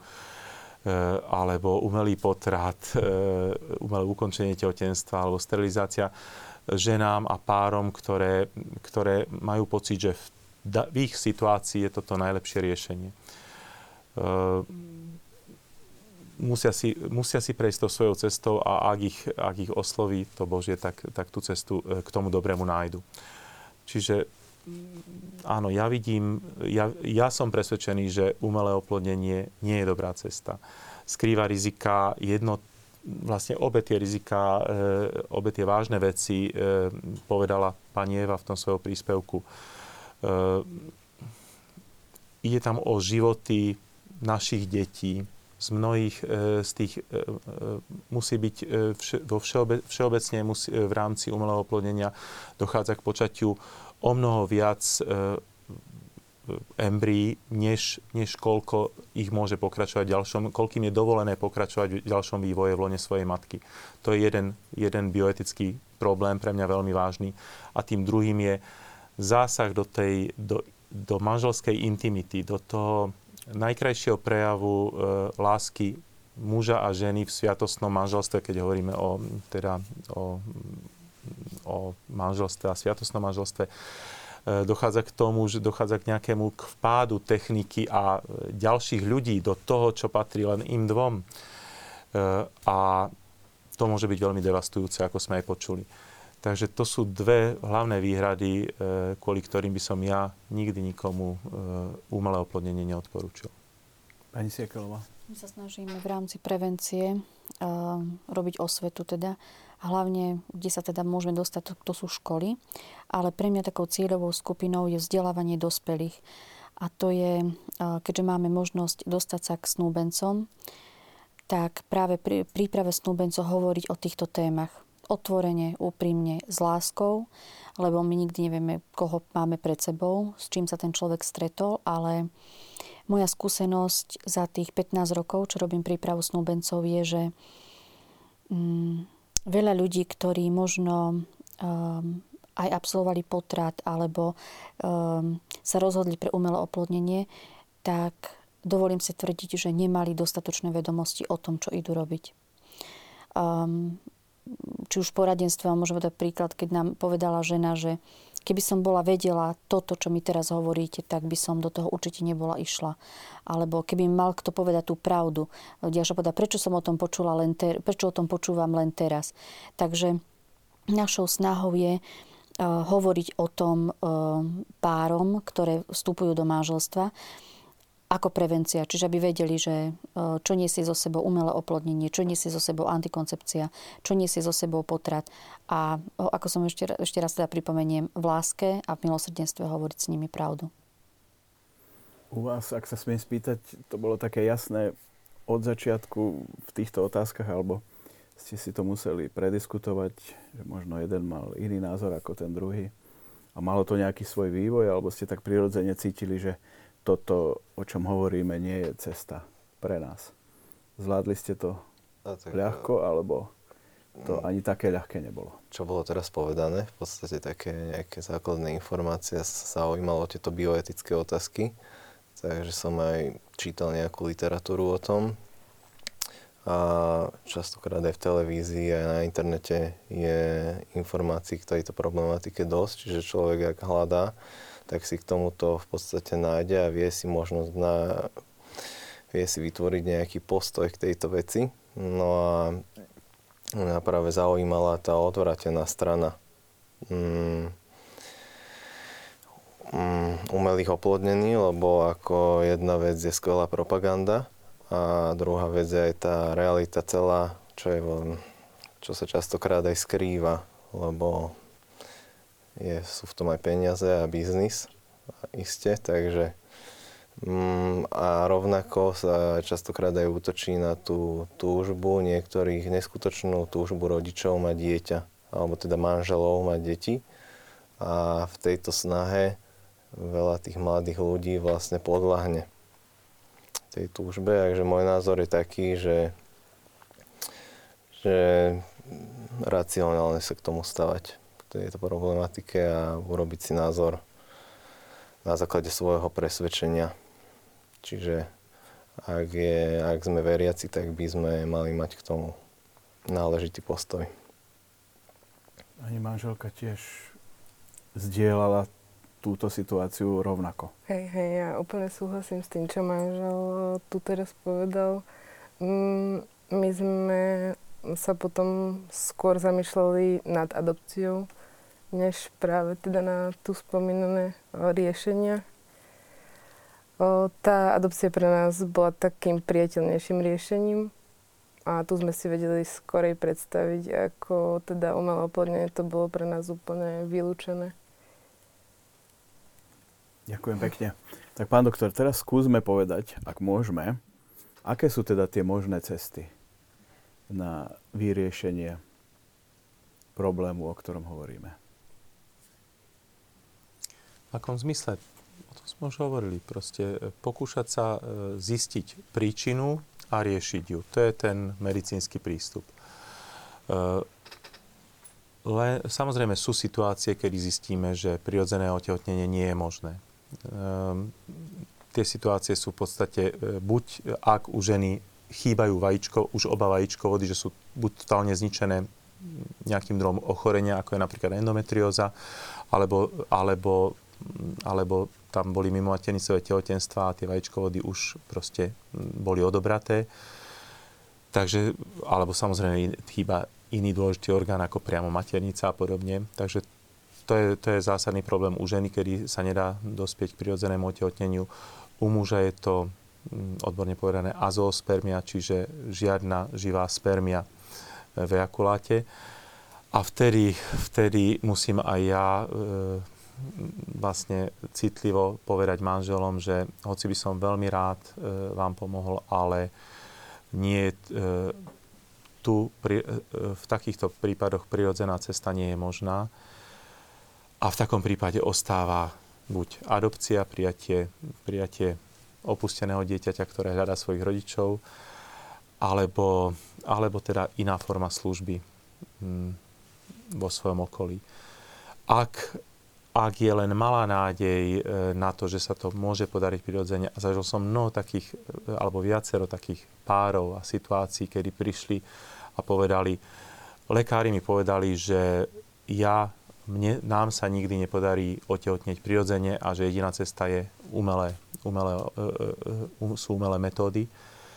alebo umelý potrat, e, umelé ukončenie tehotenstva, alebo sterilizácia ženám a párom, ktoré, ktoré majú pocit, že v v ich situácii je toto najlepšie riešenie. Uh, musia, si, musia si prejsť tou svojou cestou a ak ich, ak ich osloví to Božie, tak, tak tú cestu k tomu dobrému nájdu. Čiže áno, ja vidím, ja, ja som presvedčený, že umelé oplodnenie nie je dobrá cesta. Skrýva rizika, jedno, vlastne obe tie rizika, obe tie vážne veci povedala pani Eva v tom svojom príspevku. ide tam o životy našich detí. Z mnohých z tých musí byť vo všeobe, všeobecne musí, v rámci umelého oplodnenia dochádza k počatiu o mnoho viac embryí, než, než koľko ich môže pokračovať v ďalšom, koľkým je dovolené pokračovať v ďalšom vývoje v lone svojej matky. To je jeden, jeden bioetický problém, pre mňa veľmi vážny. A tým druhým je zásah do tej, do, do manželskej intimity, do toho najkrajšieho prejavu e, lásky muža a ženy v sviatostnom manželstve, keď hovoríme o, teda, o, o manželstve a sviatostnom manželstve, e, dochádza k tomu, že dochádza k nejakému k vpádu techniky a ďalších ľudí do toho, čo patrí len im dvom. E, a to môže byť veľmi devastujúce, ako sme aj počuli. Takže to sú dve hlavné výhrady, kvôli ktorým by som ja nikdy nikomu umelé oplodnenie neodporúčil. Pani Siekelová. My sa snažíme v rámci prevencie uh, robiť osvetu teda. A hlavne, kde sa teda môžeme dostať, to, to sú školy. Ale pre mňa takou cieľovou skupinou je vzdelávanie dospelých. A to je, uh, keďže máme možnosť dostať sa k snúbencom, tak práve pri príprave snúbencov hovoriť o týchto témach. Otvorene, úprimne, s láskou, lebo my nikdy nevieme, koho máme pred sebou, s čím sa ten človek stretol, ale moja skúsenosť za tých pätnásť rokov, čo robím prípravu snúbencov, je, že um, veľa ľudí, ktorí možno um, aj absolvovali potrat alebo um, sa rozhodli pre umelé oplodnenie, tak dovolím si tvrdiť, že nemali dostatočné vedomosti o tom, čo idú robiť. Um, či už poradenstvo, môžem dať príklad, keď nám povedala žena, že keby som bola vedela toto, čo mi teraz hovoríte, tak by som do toho určite nebola išla. Alebo keby mal kto povedať tú pravdu. Ďalšia povedala, prečo som o tom počula len ter- prečo o tom počúvam len teraz. Takže našou snahou je uh, hovoriť o tom uh, párom, ktoré vstupujú do manželstva, ako prevencia. Čiže aby vedeli, že čo nesie zo sebou umelé oplodnenie, čo nesie zo sebou antikoncepcia, čo nesie zo sebou potrat. A ako som ešte, ešte raz teda pripomeniem, v láske a v milosrdenstve hovoriť s nimi pravdu. U vás, ak sa smiem spýtať, to bolo také jasné od začiatku v týchto otázkach, alebo ste si to museli prediskutovať, že možno jeden mal iný názor ako ten druhý a malo to nejaký svoj vývoj, alebo ste tak prirodzene cítili, že toto, o čom hovoríme, nie je cesta pre nás. Zvládli ste to tak, ľahko, alebo to ani také ľahké nebolo? Čo bolo teraz povedané, v podstate také nejaké základné informácie, sa zaujímalo o tieto bioetické otázky, takže som aj čítal nejakú literatúru o tom. A častokrát aj v televízii, aj na internete je informácií k tejto problematike dosť, čiže človek, ak hľadá, tak si k tomuto v podstate nájde a vie si možnosť na, vie si vytvoriť nejaký postoj k tejto veci. No a mňa práve zaujímala tá odvrátená strana mm, mm, umelých oplodnení, lebo ako jedna vec je skvelá propaganda a druhá vec je aj tá realita celá, čo, je, čo sa častokrát aj skrýva, lebo Je, sú v tom aj peniaze a biznis, iste, takže mm, a rovnako sa častokrát aj útočí na tú túžbu niektorých, neskutočnú túžbu rodičov mať dieťa, alebo teda manželov mať deti. A v tejto snahe veľa tých mladých ľudí vlastne podľahne tej túžbe, takže môj názor je taký, že, že racionálne sa k tomu stavať. Tejto problematike a urobiť si názor na základe svojho presvedčenia. Čiže ak, je, ak sme veriaci, tak by sme mali mať k tomu náležitý postoj. Ani manželka tiež zdieľala túto situáciu rovnako. Hej, hej, ja úplne súhlasím s tým, čo manžel tu teraz povedal. My sme sa potom skôr zamýšľali nad adopciou, než práve teda na tu spomínané riešenia. O, tá adopcia pre nás bola takým priateľnejším riešením a tu sme si vedeli skorej predstaviť, ako teda umelé oplodnenie to bolo pre nás úplne vylúčené. Ďakujem pekne. Tak pán doktor, teraz skúsme povedať, ak môžeme, aké sú teda tie možné cesty na vyriešenie problému, o ktorom hovoríme. V akom zmysle? O tom sme už hovorili. Proste pokúšať sa zistiť príčinu a riešiť ju. To je ten medicínsky prístup. Le, samozrejme sú situácie, kedy zistíme, že prirodzené otehotnenie nie je možné. Um, tie situácie sú v podstate e, buď ak u ženy chýbajú vajíčko, už oba vajíčkovody, že sú buď totálne zničené nejakým druhom ochorenia, ako je napríklad endometrióza, alebo, alebo, alebo tam boli mimomaternicové tehotenstvá a tie vajíčkovody už proste boli odobraté. Takže, alebo samozrejme chýba iný dôležitý orgán ako priamo maternica a podobne. Takže to je, to je zásadný problém u ženy, kedy sa nedá dospieť k prirodzenému otehotneniu. U muža je to odborne povedané azoospermia, čiže žiadna živá spermia v ejakuláte. A vtedy, vtedy musím aj ja e, vlastne citlivo povedať manželom, že hoci by som veľmi rád e, vám pomohol, ale nie e, tu pri, v takýchto prípadoch prirodzená cesta nie je možná a v takom prípade ostáva buď adopcia, prijatie, prijatie opusteného dieťaťa, ktoré hľadá svojich rodičov, alebo, alebo teda iná forma služby hm, vo svojom okolí. Ak, ak je len malá nádej na to, že sa to môže podariť prirodzene, a zažil som mnoho takých, alebo viacero takých párov a situácií, kedy prišli a povedali, lekári mi povedali, že ja, mne, nám sa nikdy nepodarí otehotnieť prirodzene a že jediná cesta je umelé, umelé, um, sú umelé metódy.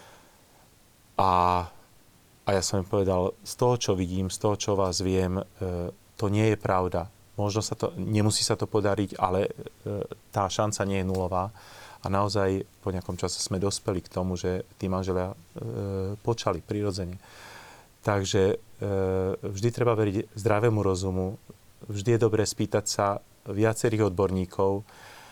A, a ja som im povedal, z toho, čo vidím, z toho, čo vás viem, to nie je pravda. Možno sa to, nemusí sa to podariť, ale tá šanca nie je nulová. A naozaj po nejakom čase sme dospeli k tomu, že tí manželia počali prirodzene. Takže e, vždy treba veriť zdravému rozumu. Vždy je dobré spýtať sa viacerých odborníkov e,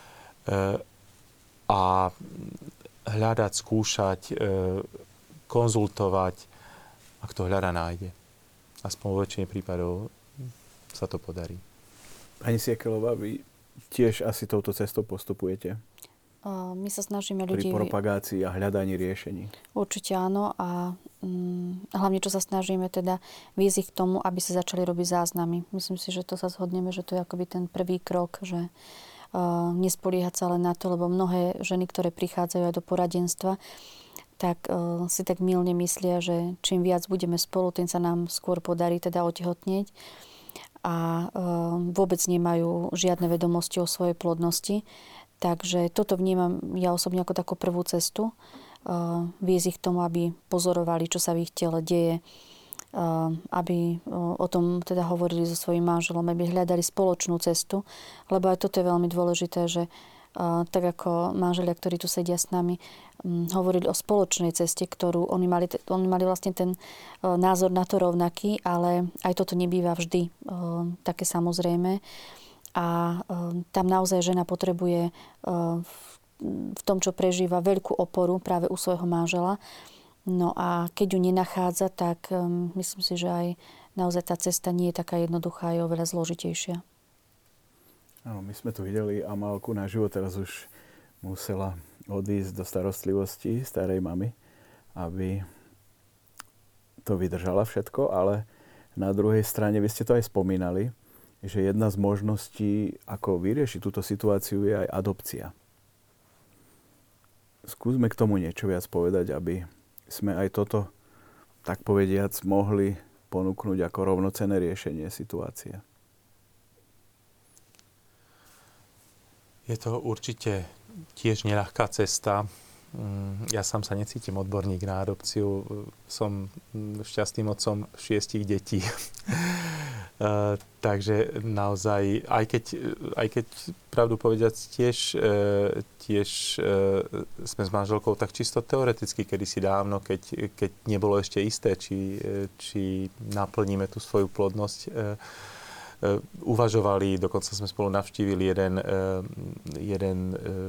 a hľadať, skúšať, e, konzultovať. Ak to hľada, nájde. Aspoň vo väčšine prípadov sa to podarí. Pani Siekelová, vy tiež asi touto cestou postupujete? My sa snažíme ľudí... Pri propagácii a hľadaní riešení. Určite áno a hm, hlavne, čo sa snažíme teda viesť ich k tomu, aby sa začali robiť záznamy. Myslím si, že to sa zhodneme, že to je akoby ten prvý krok, že uh, nespoliehať sa len na to, lebo mnohé ženy, ktoré prichádzajú aj do poradenstva, tak uh, si tak mylne myslia, že čím viac budeme spolu, tým sa nám skôr podarí teda otehotnieť a uh, vôbec nemajú žiadne vedomosti o svojej plodnosti. Takže toto vnímam ja osobne ako takú prvú cestu. Uh, viesť ich k tomu, aby pozorovali, čo sa v ich tele deje. Uh, aby uh, o tom teda hovorili so svojím manželom, aby hľadali spoločnú cestu. Lebo aj toto je veľmi dôležité, že uh, tak ako manželia, ktorí tu sedia s nami, um, hovorili o spoločnej ceste, ktorú oni mali, oni mali vlastne ten uh, názor na to rovnaký, ale aj toto nebýva vždy uh, také samozrejme. A um, tam naozaj žena potrebuje uh, v, v tom, čo prežíva, veľkú oporu práve u svojho manžela. No a keď ju nenachádza, tak um, myslím si, že aj naozaj tá cesta nie je taká jednoduchá, je oveľa zložitejšia. Áno, my sme tu videli Amálku naživo, teraz už musela odísť do starostlivosti starej mamy, aby to vydržala všetko, ale na druhej strane, vy ste to aj spomínali, že jedna z možností, ako vyriešiť túto situáciu, je aj adopcia. Skúsme k tomu niečo viac povedať, aby sme aj toto, tak povediac, mohli ponúknuť ako rovnocenné riešenie situácie. Je to určite tiež neľahká cesta. Ja sám sa necítim odborník na adopciu. Som šťastným otcom šiestich detí. Uh, takže naozaj, aj keď, aj keď pravdu povediac, tiež, uh, tiež uh, sme s manželkou tak čisto teoreticky kedysi dávno, keď, keď nebolo ešte isté, či, či naplníme tú svoju plodnosť, uh, uh, uvažovali, dokonca sme spolu navštívili jeden, uh, jeden uh,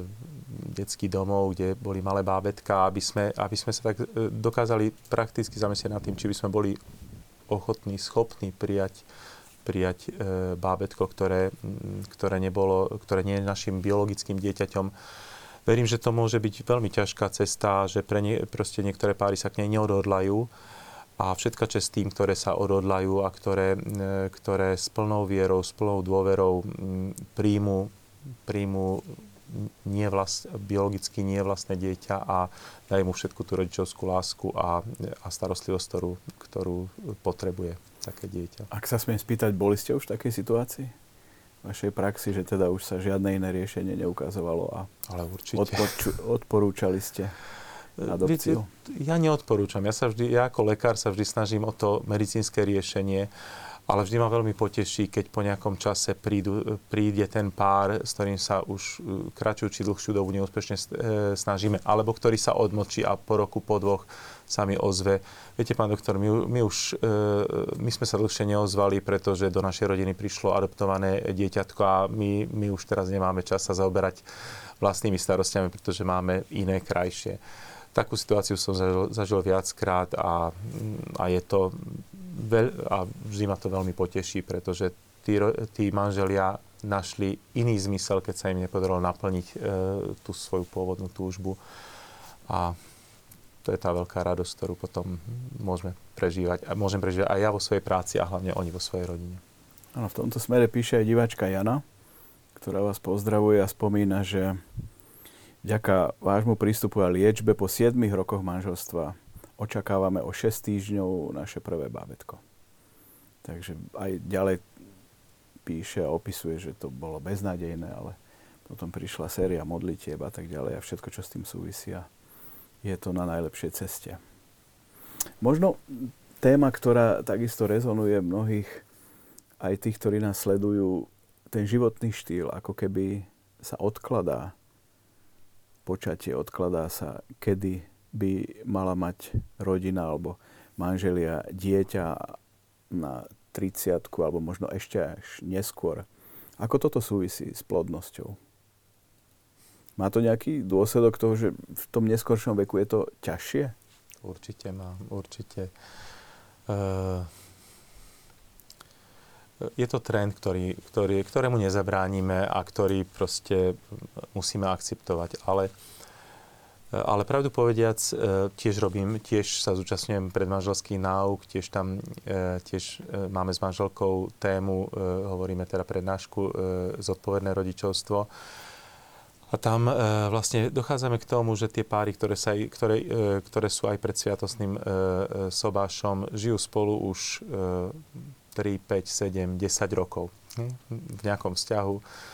detský domov, kde boli malé bábätká, aby sme, aby sme sa tak dokázali prakticky zamyslieť nad tým, či by sme boli ochotní, schopní prijať, prijať e, bábätko, ktoré, ktoré, nebolo, ktoré nie je našim biologickým dieťaťom. Verím, že to môže byť veľmi ťažká cesta, že pre nie, proste niektoré páry sa k nej neodhodlajú. A všetka česť tým, ktoré sa odhodlajú a ktoré, ktoré s plnou vierou, s plnou dôverou príjmu, príjmu nie vlast, biologicky nie vlastné dieťa a dajú mu všetku tú rodičovskú lásku a, a starostlivosť, ktorú, ktorú potrebuje také dieťa. Ak sa smiem spýtať, boli ste už v takej situácii? V vašej praxi, že teda už sa žiadne iné riešenie neukazovalo a Ale určite. Odporču, odporúčali ste adopciu? Ja neodporúčam. Ja sa vždy, ja ako lekár sa vždy snažím o to medicínske riešenie, ale vždy ma veľmi poteší, keď po nejakom čase prídu, príde ten pár, s ktorým sa už kratšiu či dlhšiu dobu neúspešne snažíme, alebo ktorý sa odmlčí a po roku, po dvoch sa mi ozve. Viete, pán doktor, my, my už my sme sa dlhšie neozvali, pretože do našej rodiny prišlo adoptované dieťatko a my, my už teraz nemáme čas sa zaoberať vlastnými starostiami, pretože máme iné krajšie. Takú situáciu som zažil, zažil viackrát a, a je to veľ, a vždy ma to veľmi poteší, pretože tí, tí manželia našli iný zmysel, keď sa im nepodarilo naplniť e, tú svoju pôvodnú túžbu. A to je tá veľká radosť, ktorú potom môžeme prežívať. A môžem prežívať aj ja vo svojej práci a hlavne oni vo svojej rodine. Áno, v tomto smere píše aj diváčka Jana, ktorá vás pozdravuje a spomína, že vďaka vášmu prístupu a liečbe po siedmich rokoch manželstva očakávame o šesť týždňov naše prvé bábätko. Takže aj ďalej píše a opisuje, že to bolo beznádejné, ale potom prišla séria modlitieb a tak ďalej a všetko, čo s tým súvisia, je to na najlepšej ceste. Možno téma, ktorá takisto rezonuje mnohých, aj tých, ktorí nás sledujú, ten životný štýl, ako keby sa odkladá počatie, odkladá sa, kedy by mala mať rodina alebo manželia dieťa na tridsiatku alebo možno ešte až neskôr. Ako toto súvisí s plodnosťou? Má to nejaký dôsledok toho, že v tom neskoršom veku je to ťažšie? Určite má, určite. Uh... Je to trend, ktorý, ktorý, ktorému nezabránime a ktorý proste musíme akceptovať. Ale, ale pravdu povediac, tiež robím, tiež sa zúčastňujem predmanželských náuk, tiež tam tiež máme s manželkou tému, hovoríme teda prednášku, zodpovedné rodičovstvo. A tam vlastne dochádzame k tomu, že tie páry, ktoré, sa, ktoré, ktoré sú aj pred sviatostným sobášom, žijú spolu už tri, päť, sedem, desať rokov v nejakom vzťahu.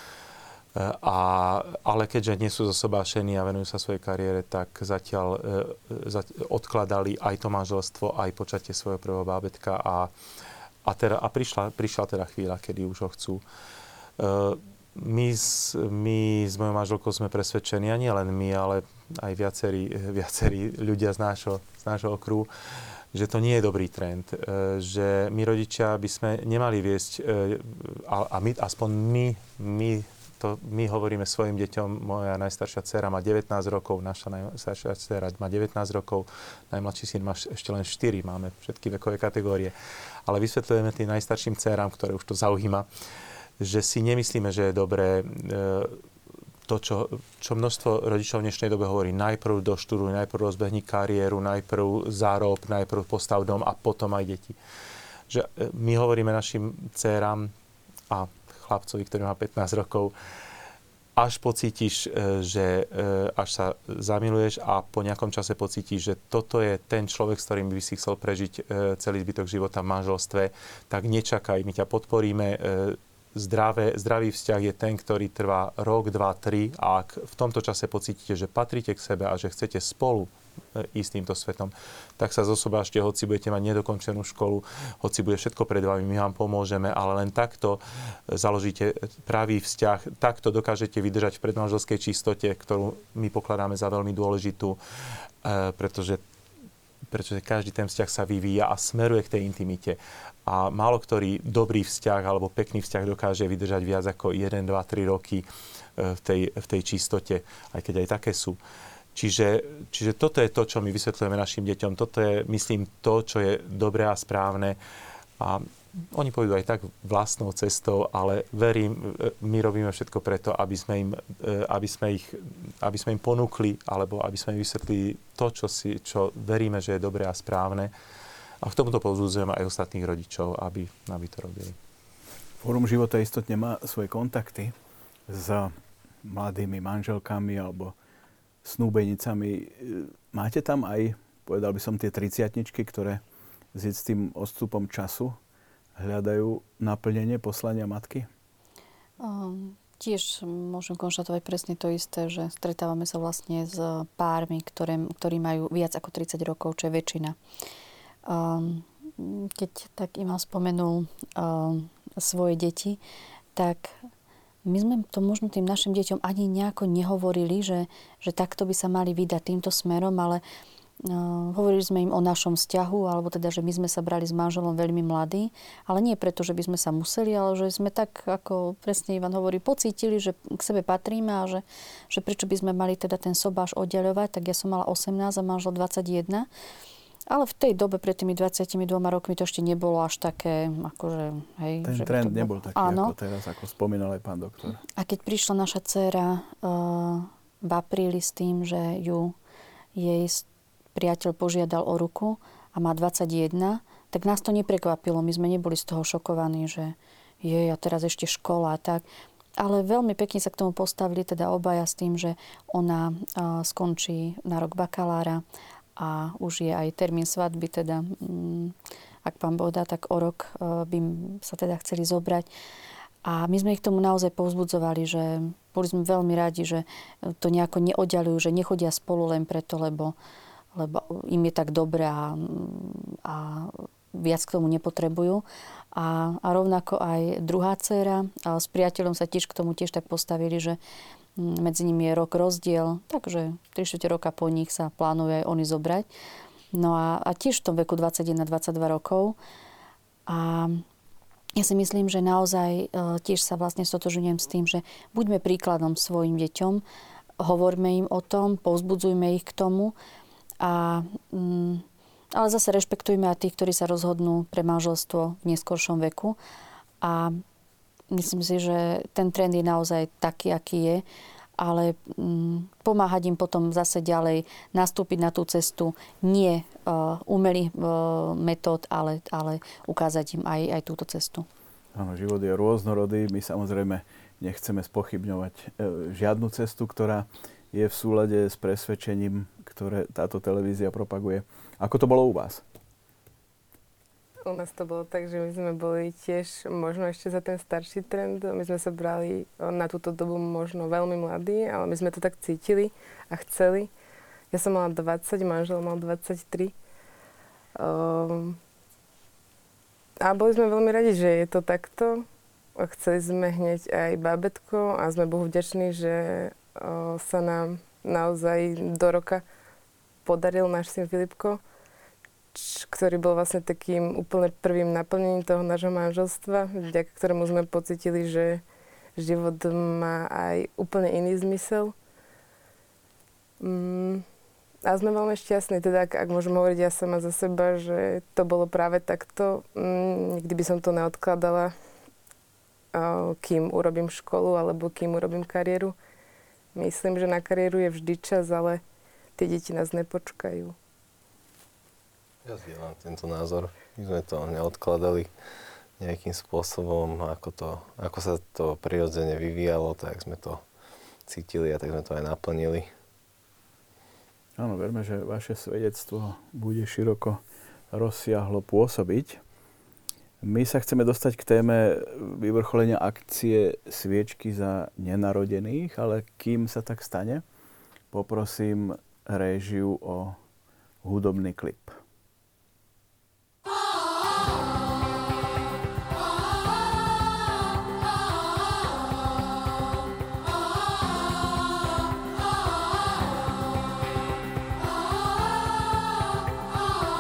A, ale keďže nie sú zosobášení a venujú sa svojej kariére, tak zatiaľ odkladali aj to manželstvo, aj počatie svojho prvého bábätka a, a, teda, a prišla, prišla teda chvíľa, kedy už ho chcú. My s, my s mojou manželkou sme presvedčení, a nie len my, ale aj viacerí, viacerí ľudia z nášho, z nášho okruhu, že to nie je dobrý trend, že my rodičia by sme nemali viesť, a my, aspoň my, my, to, my hovoríme svojim deťom, moja najstaršia dcéra má devätnásť rokov, naša najstaršia dcéra má devätnásť rokov, najmladší syn má ešte len štyri, máme všetky vekové kategórie. Ale vysvetľujeme tým najstarším dcérám, ktoré už to zaujíma, že si nemyslíme, že je dobré to, čo, čo množstvo rodičov v dnešnej dobe hovorí, najprv doštuduj, najprv rozbehni kariéru, najprv zárob, najprv postav dom a potom aj deti. Že my hovoríme našim dcéram a chlapcovi, ktorý má pätnásť rokov, až pocítiš, že až sa zamiluješ a po nejakom čase pocítiš, že toto je ten človek, s ktorým by si chcel prežiť celý zbytok života v manželstve, tak nečakaj, my ťa podporíme. Zdravé, zdravý vzťah je ten, ktorý trvá rok, dva, tri a ak v tomto čase pocítite, že patríte k sebe a že chcete spolu ísť týmto svetom, tak sa zosobášte, hoci budete mať nedokončenú školu, hoci bude všetko pred vami, my vám pomôžeme, ale len takto založíte pravý vzťah, takto dokážete vydržať v predmanželskej čistote, ktorú my pokladáme za veľmi dôležitú, pretože pretože každý ten vzťah sa vyvíja a smeruje k tej intimite. A málo ktorý dobrý vzťah alebo pekný vzťah dokáže vydržať viac ako jeden, dva, tri roky v tej, v tej čistote, aj keď aj také sú. Čiže, čiže toto je to, čo my vysvetľujeme našim deťom. Toto je, myslím, to, čo je dobré a správne. A oni pôjdu aj tak vlastnou cestou, ale verím, my robíme všetko preto, aby sme im, aby sme ich, aby sme im ponúkli, alebo aby sme im vysvetlili to, čo, si, čo veríme, že je dobré a správne. A k tomuto povzbudzujeme aj ostatných rodičov, aby, aby to robili. Fórum života istotne má svoje kontakty s mladými manželkami alebo snúbenicami. Máte tam aj, povedal by som, tie triciatničky, ktoré s tým odstupom času hľadajú naplnenie poslania matky? Um, tiež môžem konštatovať presne to isté, že stretávame sa vlastne s pármi, ktoré, ktorí majú viac ako tridsať rokov, čo je väčšina. Um, keď tak Ivan spomenul um, svoje deti, tak my sme to možno tým našim deťom ani nejako nehovorili, že, že takto by sa mali vydať týmto smerom, ale Uh, hovorili sme im o našom vzťahu, alebo teda, že my sme sa brali s manželom veľmi mladí, ale nie preto, že by sme sa museli, ale že sme tak, ako presne Ivan hovorí, pocítili, že k sebe patríme a že, že prečo by sme mali teda ten sobáš oddeľovať, tak ja som mala osemnásť a manžel dvadsaťjeden. Ale v tej dobe, pred tými dvadsiatimi dvoma rokmi, to ešte nebolo až také, akože, hej. Ten že trend bol... nebol taký, áno, ako teraz, ako spomínal aj pán doktor. A keď prišla naša dcéra uh, v apríli s tým, že ju jej priateľ požiadal o ruku a má dvadsaťjeden, tak nás to neprekvapilo. My sme neboli z toho šokovaní, že je a teraz ešte škola a tak. Ale veľmi pekne sa k tomu postavili teda obaja s tým, že ona uh, skončí na rok bakalára a už je aj termín svadby, teda um, ak pán Boh dá, tak o rok uh, by sa teda chceli zobrať. A my sme ich tomu naozaj povzbudzovali, že boli sme veľmi radi, že to nejako neoddaľujú, že nechodia spolu len preto, lebo lebo im je tak dobre a, a viac k tomu nepotrebujú. A, a rovnako aj druhá dcéra a s priateľom sa tiež k tomu tiež tak postavili, že medzi nimi je rok rozdiel, takže tri štyri roka po nich sa plánuje aj oni zobrať. No a, a tiež v tom veku dvadsaťjeden dvadsaťdva rokov. A ja si myslím, že naozaj tiež sa vlastne stotožňujem s tým, že buďme príkladom svojim deťom, hovorme im o tom, povzbudzujme ich k tomu, A, mm, ale zase rešpektujme aj tých, ktorí sa rozhodnú pre manželstvo v neskoršom veku. A myslím si, že ten trend je naozaj taký, aký je. Ale mm, pomáhať im potom zase ďalej nastúpiť na tú cestu nie uh, umelých uh, metód, ale, ale ukázať im aj, aj túto cestu. Áno, život je rôznorodý. My samozrejme nechceme spochybňovať uh, žiadnu cestu, ktorá je v súlade s presvedčením, ktoré táto televízia propaguje. Ako to bolo u vás? U nás to bolo tak, že my sme boli tiež možno ešte za ten starší trend. My sme sa brali na túto dobu možno veľmi mladí, ale my sme to tak cítili a chceli. Ja som mala dvadsať, manžel mal dvadsaťtri. Um, a boli sme veľmi radi, že je to takto. A chceli sme hneď aj bábätko a sme Bohu vďační, že uh, sa nám naozaj do roka podaril náš syn Filipko, č- ktorý bol vlastne takým úplne prvým naplnením toho nášho manželstva, vďaka ktorému sme pocítili, že život má aj úplne iný zmysel. Mm, a sme veľmi šťastní, teda ak, ak môžem hovoriť ja sama za seba, že to bolo práve takto. Mm, nikdy by som to neodkladala, uh, kým urobím školu alebo kým urobím kariéru. Myslím, že na kariéru je vždy čas, ale tie deti nás nepočkajú. Ja zdieľam tento názor. My sme to neodkladali nejakým spôsobom, ako, to, ako sa to prirodzene vyvíjalo, tak sme to cítili a tak sme to aj naplnili. Áno, verme, že vaše svedectvo bude široko rozsiahlo pôsobiť. My sa chceme dostať k téme vyvrcholenia akcie Sviečky za nenarodených, ale kým sa tak stane, poprosím réžiu o hudobný klip. Oh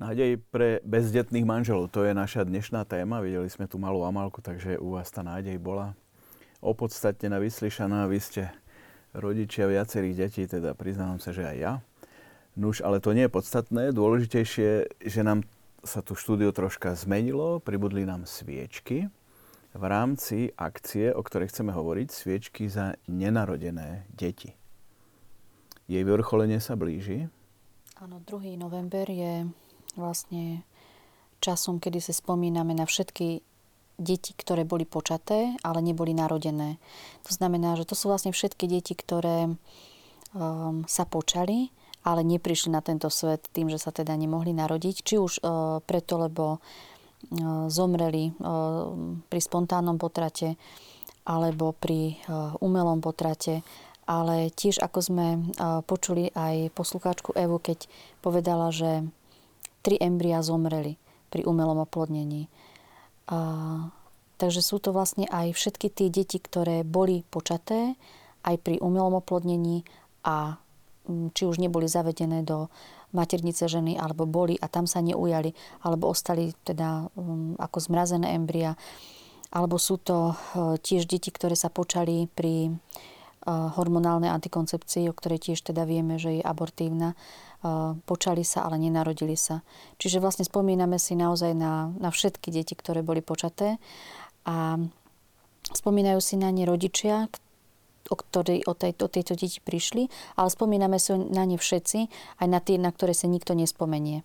Nádej pre bezdetných manželov, to je naša dnešná téma. Videli sme tu malú Amálku, takže u vás tá nádej bola opodstatnená, vyslyšaná. Vy ste rodičia viacerých detí, teda priznávam sa, že aj ja. Nuž, ale to nie je podstatné. Dôležitejšie, že nám sa tu štúdio troška zmenilo, pribudli nám sviečky v rámci akcie, o ktorej chceme hovoriť, sviečky za nenarodené deti. Jej vyvrcholenie sa blíži. Áno, druhý november je vlastne časom, kedy sa spomíname na všetky deti, ktoré boli počaté, ale neboli narodené. To znamená, že to sú vlastne všetky deti, ktoré um, sa počali, ale neprišli na tento svet tým, že sa teda nemohli narodiť. Či už uh, preto, lebo uh, zomreli uh, pri spontánnom potrate, alebo pri uh, umelom potrate. Ale tiež, ako sme uh, počuli aj poslucháčku Evu, keď povedala, že tri embryá zomreli pri umelom oplodnení. A, takže sú to vlastne aj všetky tie deti, ktoré boli počaté aj pri umelom oplodnení a či už neboli zavedené do maternice ženy, alebo boli a tam sa neujali, alebo ostali teda um, ako zmrazené embryá. Alebo sú to uh, tiež deti, ktoré sa počali pri uh, hormonálnej antikoncepcii, o ktorej tiež teda vieme, že je abortívna. Počali sa, ale nenarodili sa. Čiže vlastne spomíname si naozaj na, na všetky deti, ktoré boli počaté a spomínajú si na ne rodičia, o, ktorí, o, tej, o tejto deti prišli, ale spomíname si na ne všetci, aj na tie, na ktoré sa nikto nespomenie.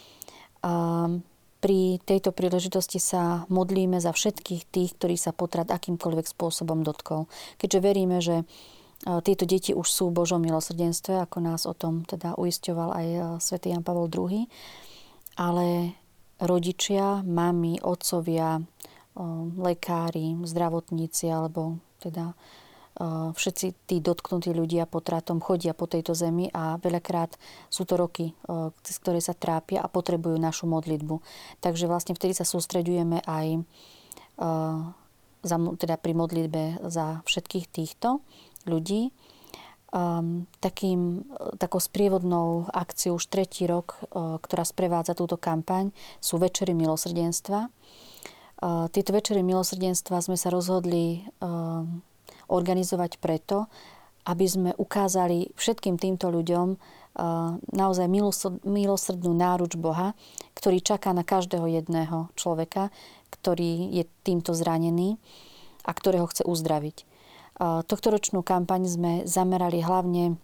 A pri tejto príležitosti sa modlíme za všetkých tých, ktorí sa potrat akýmkoľvek spôsobom dotkol. Keďže veríme, že tieto deti už sú v Božom milosrdenstve, ako nás o tom teda uisťoval aj svätý Ján Pavol druhý. Ale rodičia, mami, otcovia, lekári, zdravotníci alebo teda všetci tí dotknutí ľudia potratom chodia po tejto zemi a veľakrát sú to roky, cez ktoré sa trápia a potrebujú našu modlitbu. Takže vlastne vtedy sa sústreďujeme aj za, teda pri modlitbe za všetkých týchto ľudí. Um, takým, takou sprievodnou akciou už tretí rok, uh, ktorá sprevádza túto kampaň, sú Večery milosrdenstva. Uh, tieto Večery milosrdenstva sme sa rozhodli uh, organizovať preto, aby sme ukázali všetkým týmto ľuďom uh, naozaj milosrdnú náruč Boha, ktorý čaká na každého jedného človeka, ktorý je týmto zranený a ktorého chce uzdraviť. Tohtoročnú kampaň sme zamerali hlavne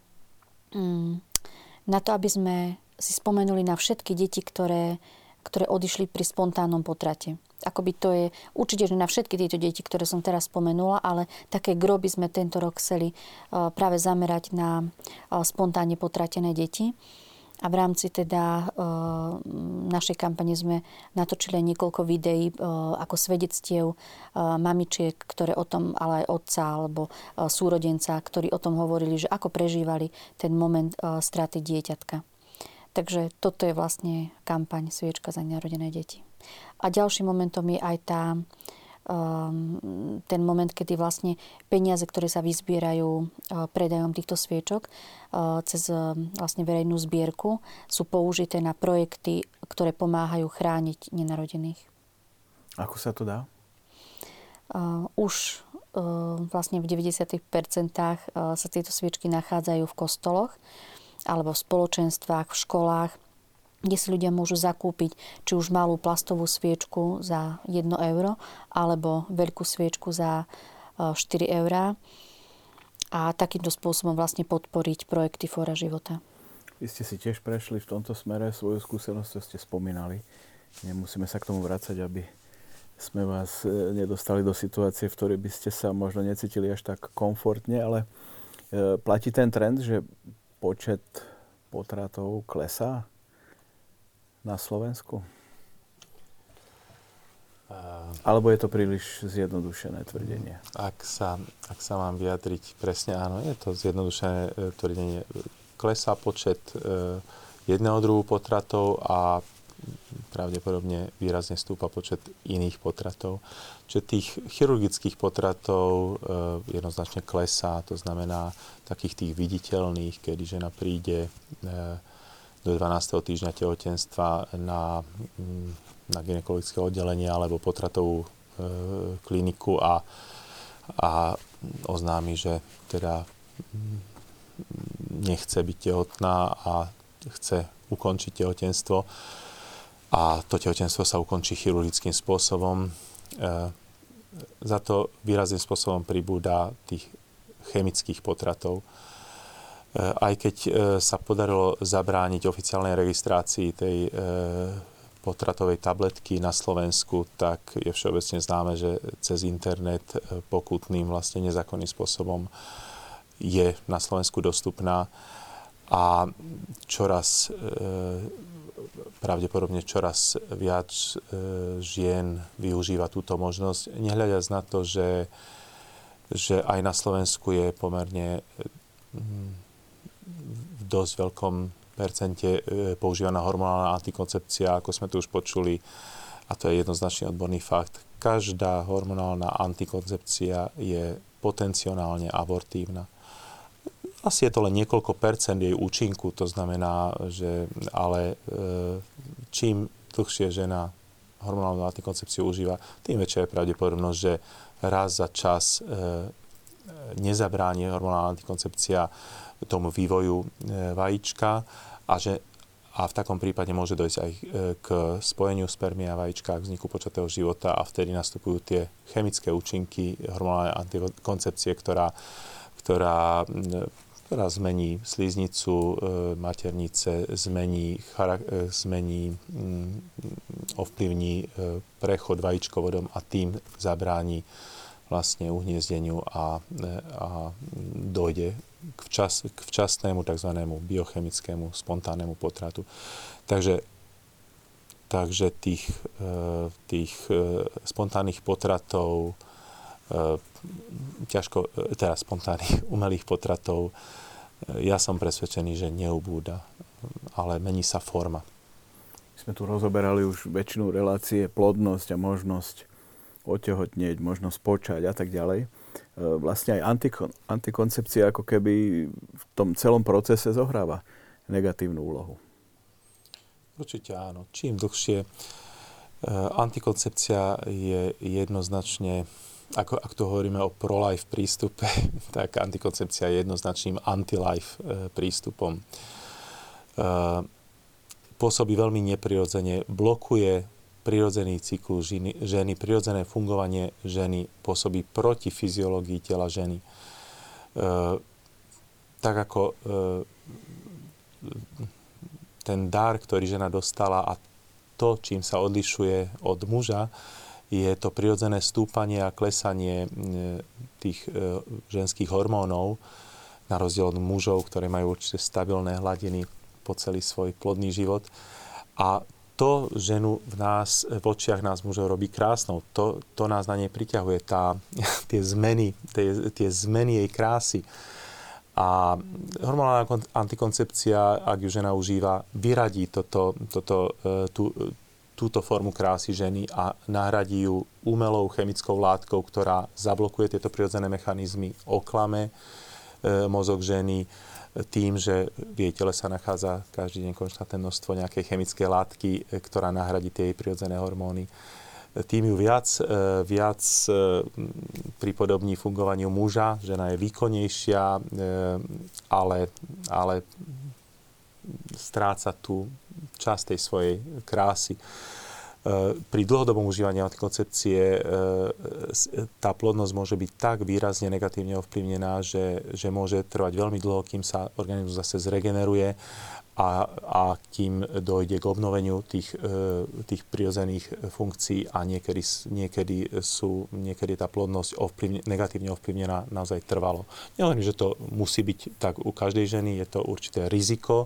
na to, aby sme si spomenuli na všetky deti, ktoré, ktoré odišli pri spontánnom potrate. Akoby to je určite, že na všetky tieto deti, ktoré som teraz spomenula, ale také groby sme tento rok chceli práve zamerať na spontánne potratené deti. A v rámci teda e, našej kampane sme natočili niekoľko videí e, ako svedectiev e, mamičiek, ktoré o tom, ale aj otca alebo e, súrodenca, ktorí o tom hovorili, že ako prežívali ten moment e, straty dieťatka. Takže toto je vlastne kampaň Sviečka za nenarodené deti. A ďalším momentom je aj tá ten moment, kedy vlastne peniaze, ktoré sa vyzbierajú predajom týchto sviečok cez vlastne verejnú zbierku, sú použité na projekty, ktoré pomáhajú chrániť nenarodených. Ako sa to dá? Už vlastne v deväťdesiat percent sa tieto sviečky nachádzajú v kostoloch alebo v spoločenstvách, v školách, kde si ľudia môžu zakúpiť či už malú plastovú sviečku za jedno euro alebo veľkú sviečku za štyri eurá a takýmto spôsobom vlastne podporiť projekty Fóra života. Vy ste si tiež prešli v tomto smere, svoju skúsenosť, čo ste spomínali. Nemusíme sa k tomu vrácať, aby sme vás nedostali do situácie, v ktorej by ste sa možno necítili až tak komfortne, ale platí ten trend, že počet potratov klesá na Slovensku? Alebo je to príliš zjednodušené tvrdenie? Ak sa, ak sa mám vyjadriť presne, áno, je to zjednodušené tvrdenie. Klesá počet jedného druhu potratov a pravdepodobne výrazne stúpa počet iných potratov. Čiže tých chirurgických potratov jednoznačne klesá, to znamená takých tých viditeľných, kedy žena príde do dvanásteho týždňa tehotenstva na, na gynekologické oddelenie alebo potratovú e, kliniku a, a oznámi, že teda nechce byť tehotná a chce ukončiť tehotenstvo. A to tehotenstvo sa ukončí chirurgickým spôsobom. E, za to výrazným spôsobom pribúda tých chemických potratov. E, aj keď e, sa podarilo zabrániť oficiálnej registrácii tej e, potratovej tabletky na Slovensku, tak je všeobecne známe, že cez internet e, pokutným, vlastne nezákonným spôsobom je na Slovensku dostupná a čoraz e, pravdepodobne čoraz viac e, žien využíva túto možnosť, nehľadiac na to, že, že aj na Slovensku je pomerne v dosť veľkom percente e, používaná hormonálna antikoncepcia, ako sme tu už počuli, a to je jednoznačný odborný fakt. Každá hormonálna antikoncepcia je potenciálne abortívna. Asi je to len niekoľko percent jej účinku, to znamená, že ale e, čím dlhšie žena hormonálnu antikoncepciu užíva, tým väčšia je pravdepodobnosť, že raz za čas e, nezabráni hormonálna antikoncepcia tomu vývoju e, vajíčka a že a v takom prípade môže dojsť aj k spojeniu spermie a vajíčka, k vzniku počatého života a vtedy nastupujú tie chemické účinky hormonálnej antikoncepcie, ktorá, ktorá ktorá zmení sliznicu maternice, zmení, zmení ovplyvní prechod vajíčkovodom a tým zabráni vlastne uhniezdeniu a, a dojde k, včas, k včasnému tzv. Biochemickému spontánnemu potratu. Takže, takže tých, tých spontánnych potratov ťažko, teda spontánnych umelých potratov, ja som presvedčený, že neubúda, ale mení sa forma. My sme tu rozoberali už väčšinu relácie, plodnosť a možnosť otehotnieť, možnosť počať a tak ďalej. Vlastne aj antikon, antikoncepcia ako keby v tom celom procese zohráva negatívnu úlohu. Určite áno. Čím dlhšie antikoncepcia je jednoznačne, Ako, ak tu hovoríme o pro-life prístupe, tak antikoncepcia je jednoznačným anti-life e, prístupom. E, pôsobí veľmi neprirodzene, blokuje prirodzený cyklus ženy, ženy, prirodzené fungovanie ženy, pôsobí proti fyziológii tela ženy. E, tak ako e, ten dar, ktorý žena dostala a to, čím sa odlišuje od muža, je to prirodzené stúpanie a klesanie tých ženských hormónov, na rozdiel od mužov, ktoré majú určite stabilné hladiny po celý svoj plodný život. A to ženu v nás, v očiach nás mužov robí krásnou. To, to nás na nej priťahuje, tá, tie, zmeny, tie, tie zmeny jej krásy. A hormonálna antikoncepcia, ak ju žena užíva, vyradí toto, toto, tú, túto formu krásy ženy a nahradí ju umelou chemickou látkou, ktorá zablokuje tieto prirodzené mechanizmy, oklame e, mozog ženy tým, že v jej tele sa nachádza každý deň konštantné množstvo nejakej chemickej látky, e, ktorá nahradí tie jej prirodzené hormóny. E, tým ju viac, e, viac e, pripodobní fungovaniu muža. Žena je výkonnejšia, e, ale, ale stráca tú časť tej svojej krásy. Pri dlhodobom užívaní antikoncepcie tá plodnosť môže byť tak výrazne negatívne ovplyvnená, že, že môže trvať veľmi dlho, kým sa organizmus zase zregeneruje a, a kým dojde k obnoveniu tých, tých prirodzených funkcií a niekedy, niekedy, sú, niekedy tá plodnosť ovplyvne, negatívne ovplyvnená naozaj trvalo. Nielen, že to musí byť tak u každej ženy, je to určité riziko,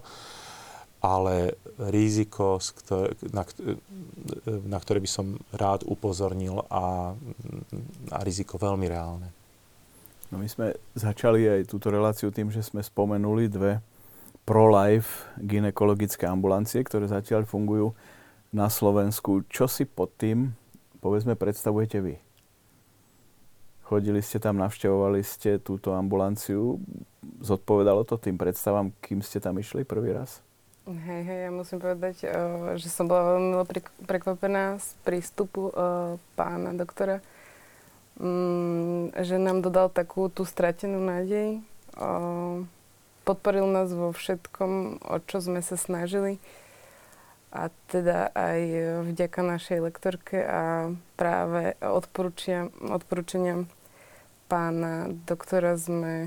ale riziko, na, na ktoré by som rád upozornil a, a riziko veľmi reálne. No my sme začali aj túto reláciu tým, že sme spomenuli dve pro-life gynekologické ambulancie, ktoré zatiaľ fungujú na Slovensku. Čo si pod tým, povedzme, predstavujete vy? Chodili ste tam, navštevovali ste túto ambulanciu, zodpovedalo to tým predstavám, kým ste tam išli prvý raz? Hej, hej, ja musím povedať, uh, že som bola veľmi milo prekvapená z prístupu uh, pána doktora, um, že nám dodal takú tú stratenú nádej. Uh, podporil nás vo všetkom, o čo sme sa snažili. A teda aj vďaka našej lektorke a práve odporúčaniam pána doktora sme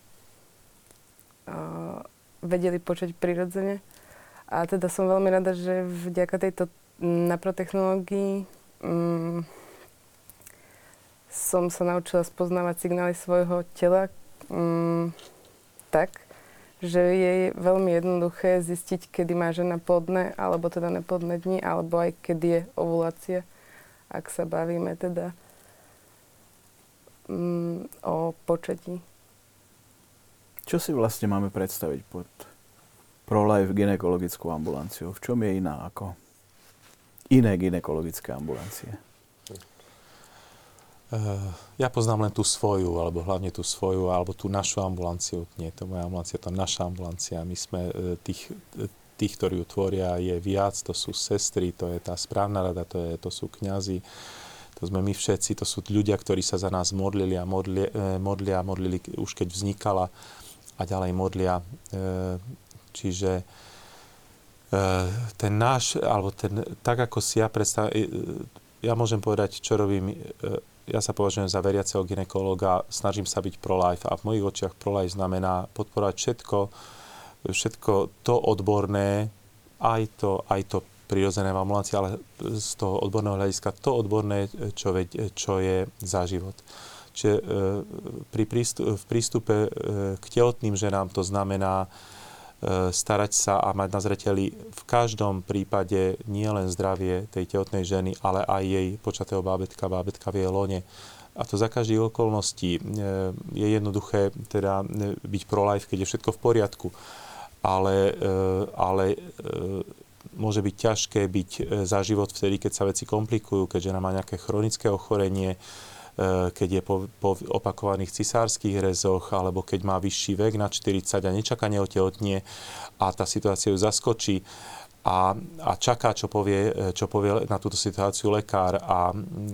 uh, vedeli počať prirodzene. A teda som veľmi rada, že vďaka tejto naprotechnológii um, som sa naučila spoznávať signály svojho tela um, tak, že je veľmi jednoduché zistiť, kedy má žena plodné, alebo teda neplodné dni, alebo aj kedy je ovulácia, ak sa bavíme teda um, o počatí. Čo si vlastne máme predstaviť pod pro-life gynekologickú ambulanciu? V čom je iná ako iné gynekologické ambulancie? Uh, ja poznám len tú svoju, alebo hlavne tú svoju, alebo tú našu ambulanciu. Nie je to moja ambulancia, to je naša ambulancia. My sme uh, tých, tých, ktorí ju tvoria, je viac. To sú sestry, to je tá správna rada, to, je, to sú kňazi, to sme my všetci, to sú ľudia, ktorí sa za nás modlili a modli, uh, modlia, modlili už keď vznikala a ďalej modlia. Uh, čiže uh, ten náš, alebo ten, tak ako si ja predstavím, uh, ja môžem povedať, čo robím. Uh, Ja sa považujem za veriaceho gynekológa, snažím sa byť pro-life a v mojich očiach pro-life znamená podporovať všetko, všetko to odborné, aj to, aj to prirodzené v ambulancii, ale z toho odborného hľadiska to odborné, čo, veď, čo je za život. Čiže pri prístupe, v prístupe k tehotným ženám to znamená starať sa a mať na zreteli v každom prípade nie len zdravie tej tehotnej ženy, ale aj jej počatého bábätka, bábätka v jej lone. A to za každých okolností. Je jednoduché teda byť pro-life, keď je všetko v poriadku. Ale, ale môže byť ťažké byť za život vtedy, keď sa veci komplikujú, keď žena má nejaké chronické ochorenie, keď je po, po opakovaných cisárskych rezoch, alebo keď má vyšší vek na štyridsať a nečakane otehotnie a tá situácia ju zaskočí a, a čaká, čo povie, čo povie na túto situáciu lekár. A,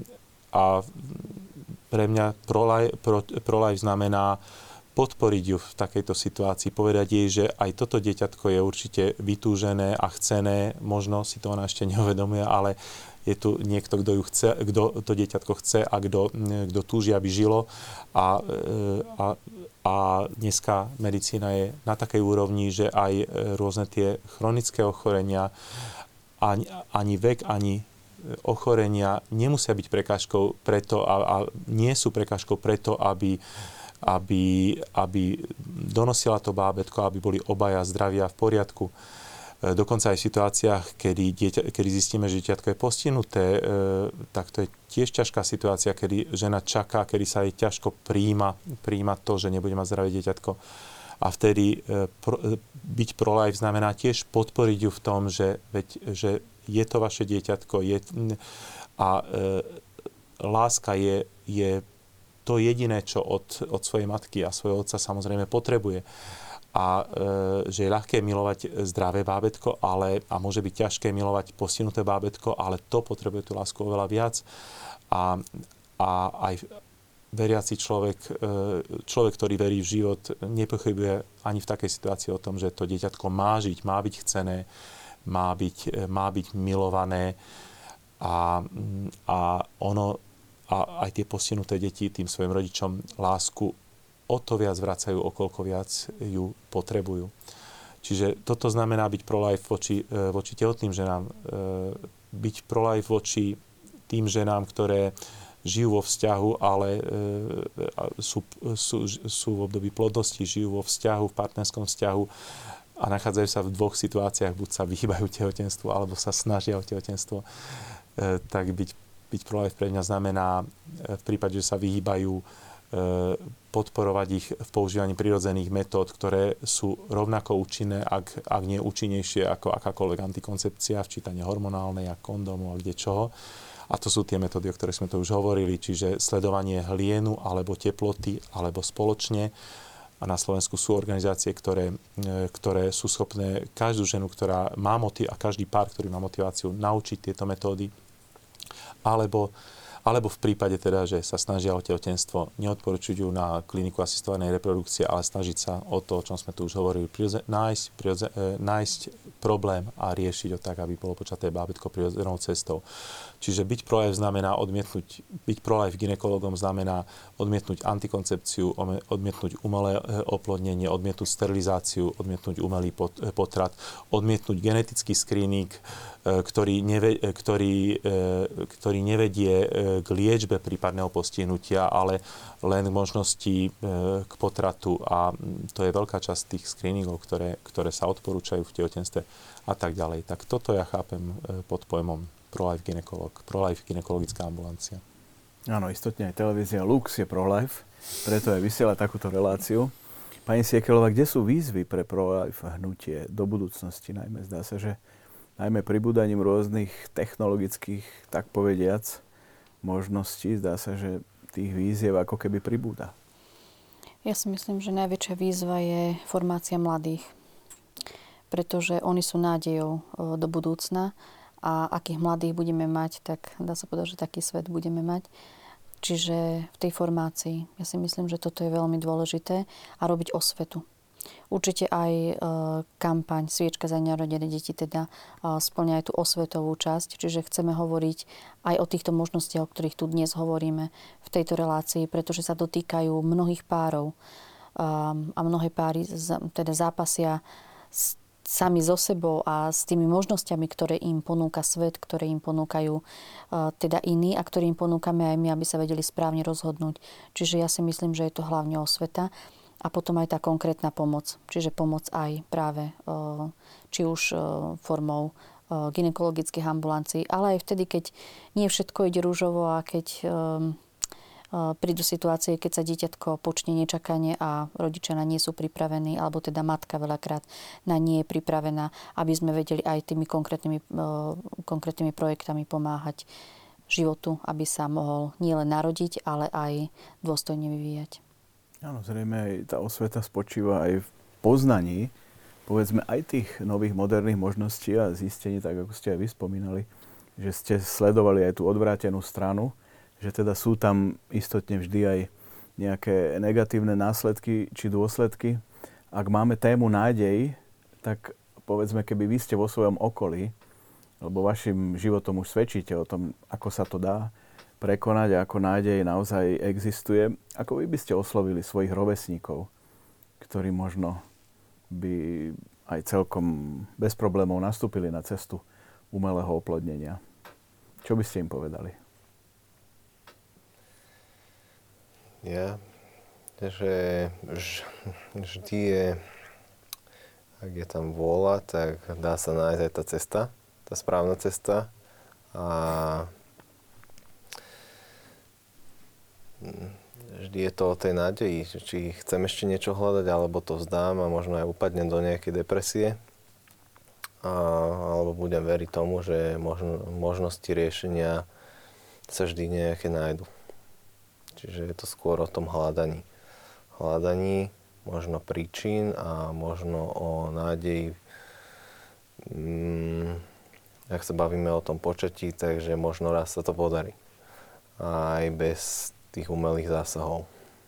a pre mňa pro-life, pro, pro-life znamená podporiť ju v takejto situácii, povedať jej, že aj toto dieťatko je určite vytúžené a chcené, možno si to ona ešte neuvedomuje, ale je tu niekto, kto ju chce, kto to dieťatko chce a kto, kto túži, aby žilo. A, a, a dneska medicína je na takej úrovni, že aj rôzne tie chronické ochorenia, ani, ani vek, ani ochorenia nemusia byť prekážkou preto a, a nie sú prekážkou preto, aby, aby, aby donosila to bábätko, aby boli obaja zdravia v poriadku. Dokonca aj v situáciách, kedy, dieťa, kedy zistíme, že dieťatko je postihnuté, e, tak to je tiež ťažká situácia, kedy žena čaká, kedy sa jej ťažko prijíma, prijíma to, že nebude mať zdravé dieťatko. A vtedy e, pro, e, byť pro-life znamená tiež podporiť ju v tom, že, veď, že je to vaše dieťatko je, a e, láska je, je to jediné, čo od, od svojej matky a svojho otca samozrejme potrebuje. A e, že je ľahké milovať zdravé bábätko, ale, a môže byť ťažké milovať postihnuté bábätko, ale to potrebuje tú lásku oveľa viac. A, a aj veriaci človek, e, človek, ktorý verí v život, nepochybuje ani v takej situácii o tom, že to dieťatko má žiť, má byť chcené, má byť, má byť milované a, a ono, a aj tie postihnuté deti tým svojim rodičom lásku o to viac vracajú, okoľko viac ju potrebujú. Čiže toto znamená byť pro-life voči, voči tehotným ženám, byť pro-life voči tým ženám, ktoré žijú vo vzťahu, ale sú, sú, sú v období plodnosti, žijú vo vzťahu, v partnerskom vzťahu a nachádzajú sa v dvoch situáciách, buď sa vyhýbajú tehotenstvu, alebo sa snažia o tehotenstvo. Tak byť, byť pro-life pre mňa znamená v prípade, že sa vyhýbajú, podporovať ich v používaní prirodzených metód, ktoré sú rovnako účinné, ak, ak nie účinnejšie ako akákoľvek antikoncepcia, včítanie hormonálnej a kondómu a kde čoho. A to sú tie metódy, o ktorých sme to už hovorili, čiže sledovanie hlienu alebo teploty, alebo spoločne a na Slovensku sú organizácie, ktoré, ktoré sú schopné každú ženu, ktorá má motiv- a každý pár, ktorý má motiváciu naučiť tieto metódy, alebo Alebo v prípade teda, že sa snažia o tehotenstvo, neodporúčujú na kliniku asistovanej reprodukcie, ale snažiť sa o to, o čom sme tu už hovorili, prirodze, nájsť, prirodze, e, nájsť problém a riešiť ho tak, aby bolo počaté bábätko prirodzenou cestou. Čiže byť pro-life znamená odmietnúť, byť pro-life gynekologom znamená odmietnúť antikoncepciu, odmietnúť umelé oplodnenie, odmietnúť sterilizáciu, odmietnúť umelý potrat, odmietnúť genetický screening, ktorý, neve, ktorý, ktorý nevedie k liečbe prípadného postihnutia, ale len k možnosti k potratu. A to je veľká časť tých screeningov, ktoré, ktoré sa odporúčajú v tehotenstve a tak ďalej. Tak toto ja chápem pod pojmom pro-life gynekolog, pro-life gynekologická ambulancia. Áno, istotne aj televízia Lux je pro-life, preto aj vysiela takúto reláciu. Pani Siekelová, kde sú výzvy pre pro-life hnutie do budúcnosti? Najmä zdá sa, že najmä pribúdaním rôznych technologických, tak povediac, možností, zdá sa, že tých výziev ako keby pribúda. Ja si myslím, že najväčšia výzva je formácia mladých, pretože oni sú nádejou do budúcna a akých mladých budeme mať, tak dá sa povedať, že taký svet budeme mať. Čiže v tej formácii, ja si myslím, že toto je veľmi dôležité a robiť osvetu. Určite aj e, kampaň Sviečka za nenarodené deti teda e, spĺňa aj tú osvetovú časť, čiže chceme hovoriť aj o týchto možnostiach, o ktorých tu dnes hovoríme v tejto relácii, pretože sa dotýkajú mnohých párov e, a mnohé páry z, teda zápasia s, sami so sebou a s tými možnosťami, ktoré im ponúka svet, ktoré im ponúkajú e, teda iní a ktoré im ponúkame aj my, aby sa vedeli správne rozhodnúť. Čiže ja si myslím, že je to hlavne osveta. A potom aj tá konkrétna pomoc. Čiže pomoc aj práve či už formou gynekologických ambulancií, ale aj vtedy, keď nie všetko ide rúžovo a keď prídu situácie, keď sa dieťatko počne nečakane a rodičia na nie sú pripravení, alebo teda matka veľakrát na nie je pripravená, aby sme vedeli aj tými konkrétnymi, konkrétnymi projektami pomáhať životu, aby sa mohol nielen narodiť, ale aj dôstojne vyvíjať. Áno, zrejme aj tá osveta spočíva aj v poznaní, povedzme, aj tých nových moderných možností a zistení, tak ako ste aj vy spomínali, že ste sledovali aj tú odvrátenú stranu, že teda sú tam istotne vždy aj nejaké negatívne následky či dôsledky. Ak máme tému nádej, tak povedzme, keby vy ste vo svojom okolí, lebo vašim životom už svedčíte o tom, ako sa to dá prekonať a ako nádej naozaj existuje. Ako vy by ste oslovili svojich rovesníkov, ktorí možno by aj celkom bez problémov nastúpili na cestu umelého oplodnenia? Čo by ste im povedali? Ja, že vždy je, ak je tam vôľa, tak dá sa nájsť aj tá cesta, tá správna cesta. A vždy je to o tej nádeji, či chcem ešte niečo hľadať, alebo to vzdám a možno aj upadnem do nejakej depresie. A, alebo budem veriť tomu, že možno, možnosti riešenia sa vždy nejaké nájdu. Čiže je to skôr o tom hľadaní. Hľadaní možno príčin a možno o nádeji. Mm, ak sa bavíme o tom počatí, takže možno raz sa to podarí. A aj bez tých umelých zásahov.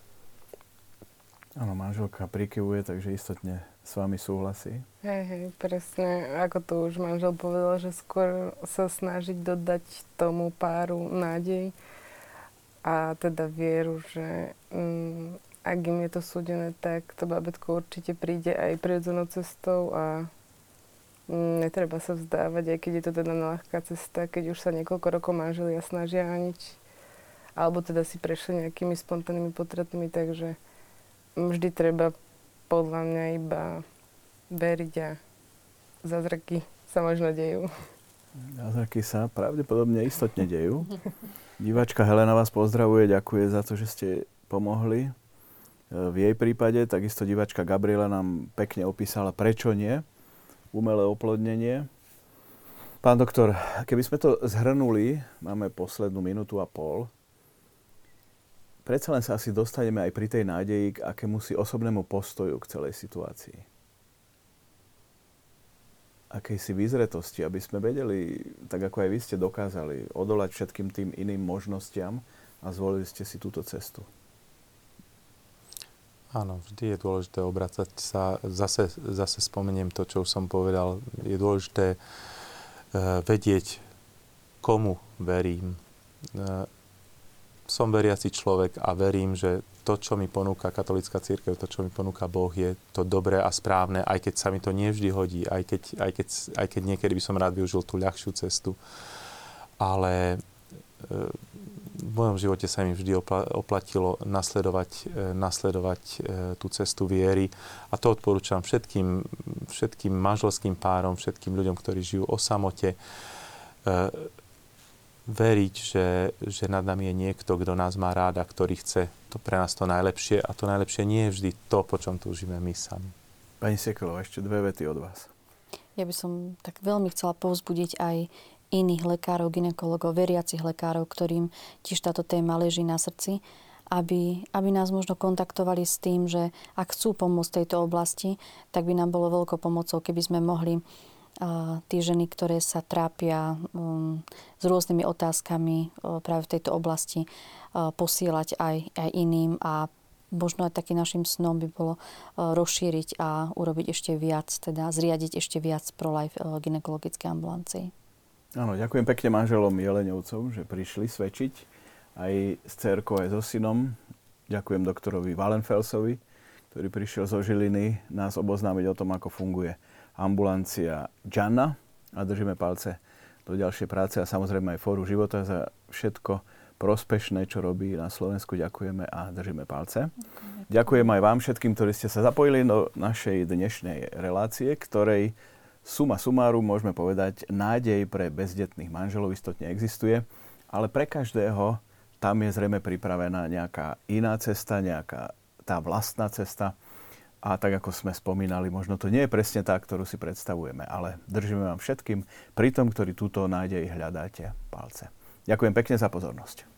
Áno, manželka prikyvuje, takže istotne s vami súhlasí. Hej, hej, presne. Ako to už manžel povedal, že skôr sa snažiť dodať tomu páru nádej a teda vieru, že mm, ak im je to súdené, tak to babetko určite príde aj prirodzenou cestou a mm, netreba sa vzdávať, aj keď je to teda ľahká cesta, keď už sa niekoľko rokov manželia snažia a nič, alebo teda si prešli nejakými spontánnymi potratmi, takže vždy treba podľa mňa iba veriť a zázraky sa možno dejú. Zázraky sa pravdepodobne istotne dejú. Diváčka Helena vás pozdravuje, ďakuje za to, že ste pomohli v jej prípade. Takisto diváčka Gabriela nám pekne opísala, prečo nie umelé oplodnenie. Pán doktor, keby sme to zhrnuli, máme poslednú minútu a pol. predsa len sa asi dostaneme aj pri tej nádeji k akémusi osobnému postoju k celej situácii. Akejsi vyzretosti, aby sme vedeli, tak ako aj vy ste dokázali, odolať všetkým tým iným možnostiam a zvolili ste si túto cestu. Áno, vždy je dôležité obracať sa, zase, zase spomeniem to, čo už som povedal, je dôležité uh, vedieť, komu verím. Uh, som veriaci človek a verím, že to, čo mi ponúka katolícka cirkev, to, čo mi ponúka Boh, je to dobré a správne, aj keď sa mi to nevždy hodí, aj keď, aj keď, aj keď niekedy by som rád využil tú ľahšiu cestu. Ale v mojom živote sa mi vždy oplatilo nasledovať, nasledovať tú cestu viery a to odporúčam všetkým, všetkým manželským párom, všetkým ľuďom, ktorí žijú o samote, veriť, že, že nad nami je niekto, kto nás má rád a ktorý chce to pre nás to najlepšie a to najlepšie nie je vždy to, po čom túžime my sami. Pani Sekelová, ešte dve vety od vás. Ja by som tak veľmi chcela povzbudiť aj iných lekárov, gynekologov, veriacich lekárov, ktorým tiež táto téma leží na srdci, aby, aby nás možno kontaktovali s tým, že ak chcú pomôcť v tejto oblasti, tak by nám bolo veľkou pomocou, keby sme mohli Uh, tie ženy, ktoré sa trápia um, s rôznymi otázkami uh, práve v tejto oblasti, uh, posielať aj, aj iným a možno aj takým našim snom by bolo uh, rozšíriť a urobiť ešte viac, teda zriadiť ešte viac pro-life uh, gynekologickej ambulancii. Áno, ďakujem pekne manželom Jeleňovcov, že prišli svedčiť aj s dcérkou, aj so synom. Ďakujem doktorovi Wallenfelsovi, ktorý prišiel zo Žiliny nás oboznámiť o tom, ako funguje ambulancia Gianna a držíme palce do ďalšej práce a samozrejme aj Fóru života za všetko prospešné, čo robí na Slovensku. Ďakujeme a držíme palce. Ďakujem. Ďakujem aj vám všetkým, ktorí ste sa zapojili do našej dnešnej relácie, ktorej suma sumárum môžeme povedať, nádej pre bezdetných manželov istotne existuje, ale pre každého tam je zrejme pripravená nejaká iná cesta, nejaká tá vlastná cesta. A tak, ako sme spomínali, možno to nie je presne tá, ktorú si predstavujeme, ale držíme vám všetkým pri tom, ktorí túto nádej hľadáte, palce. Ďakujem pekne za pozornosť.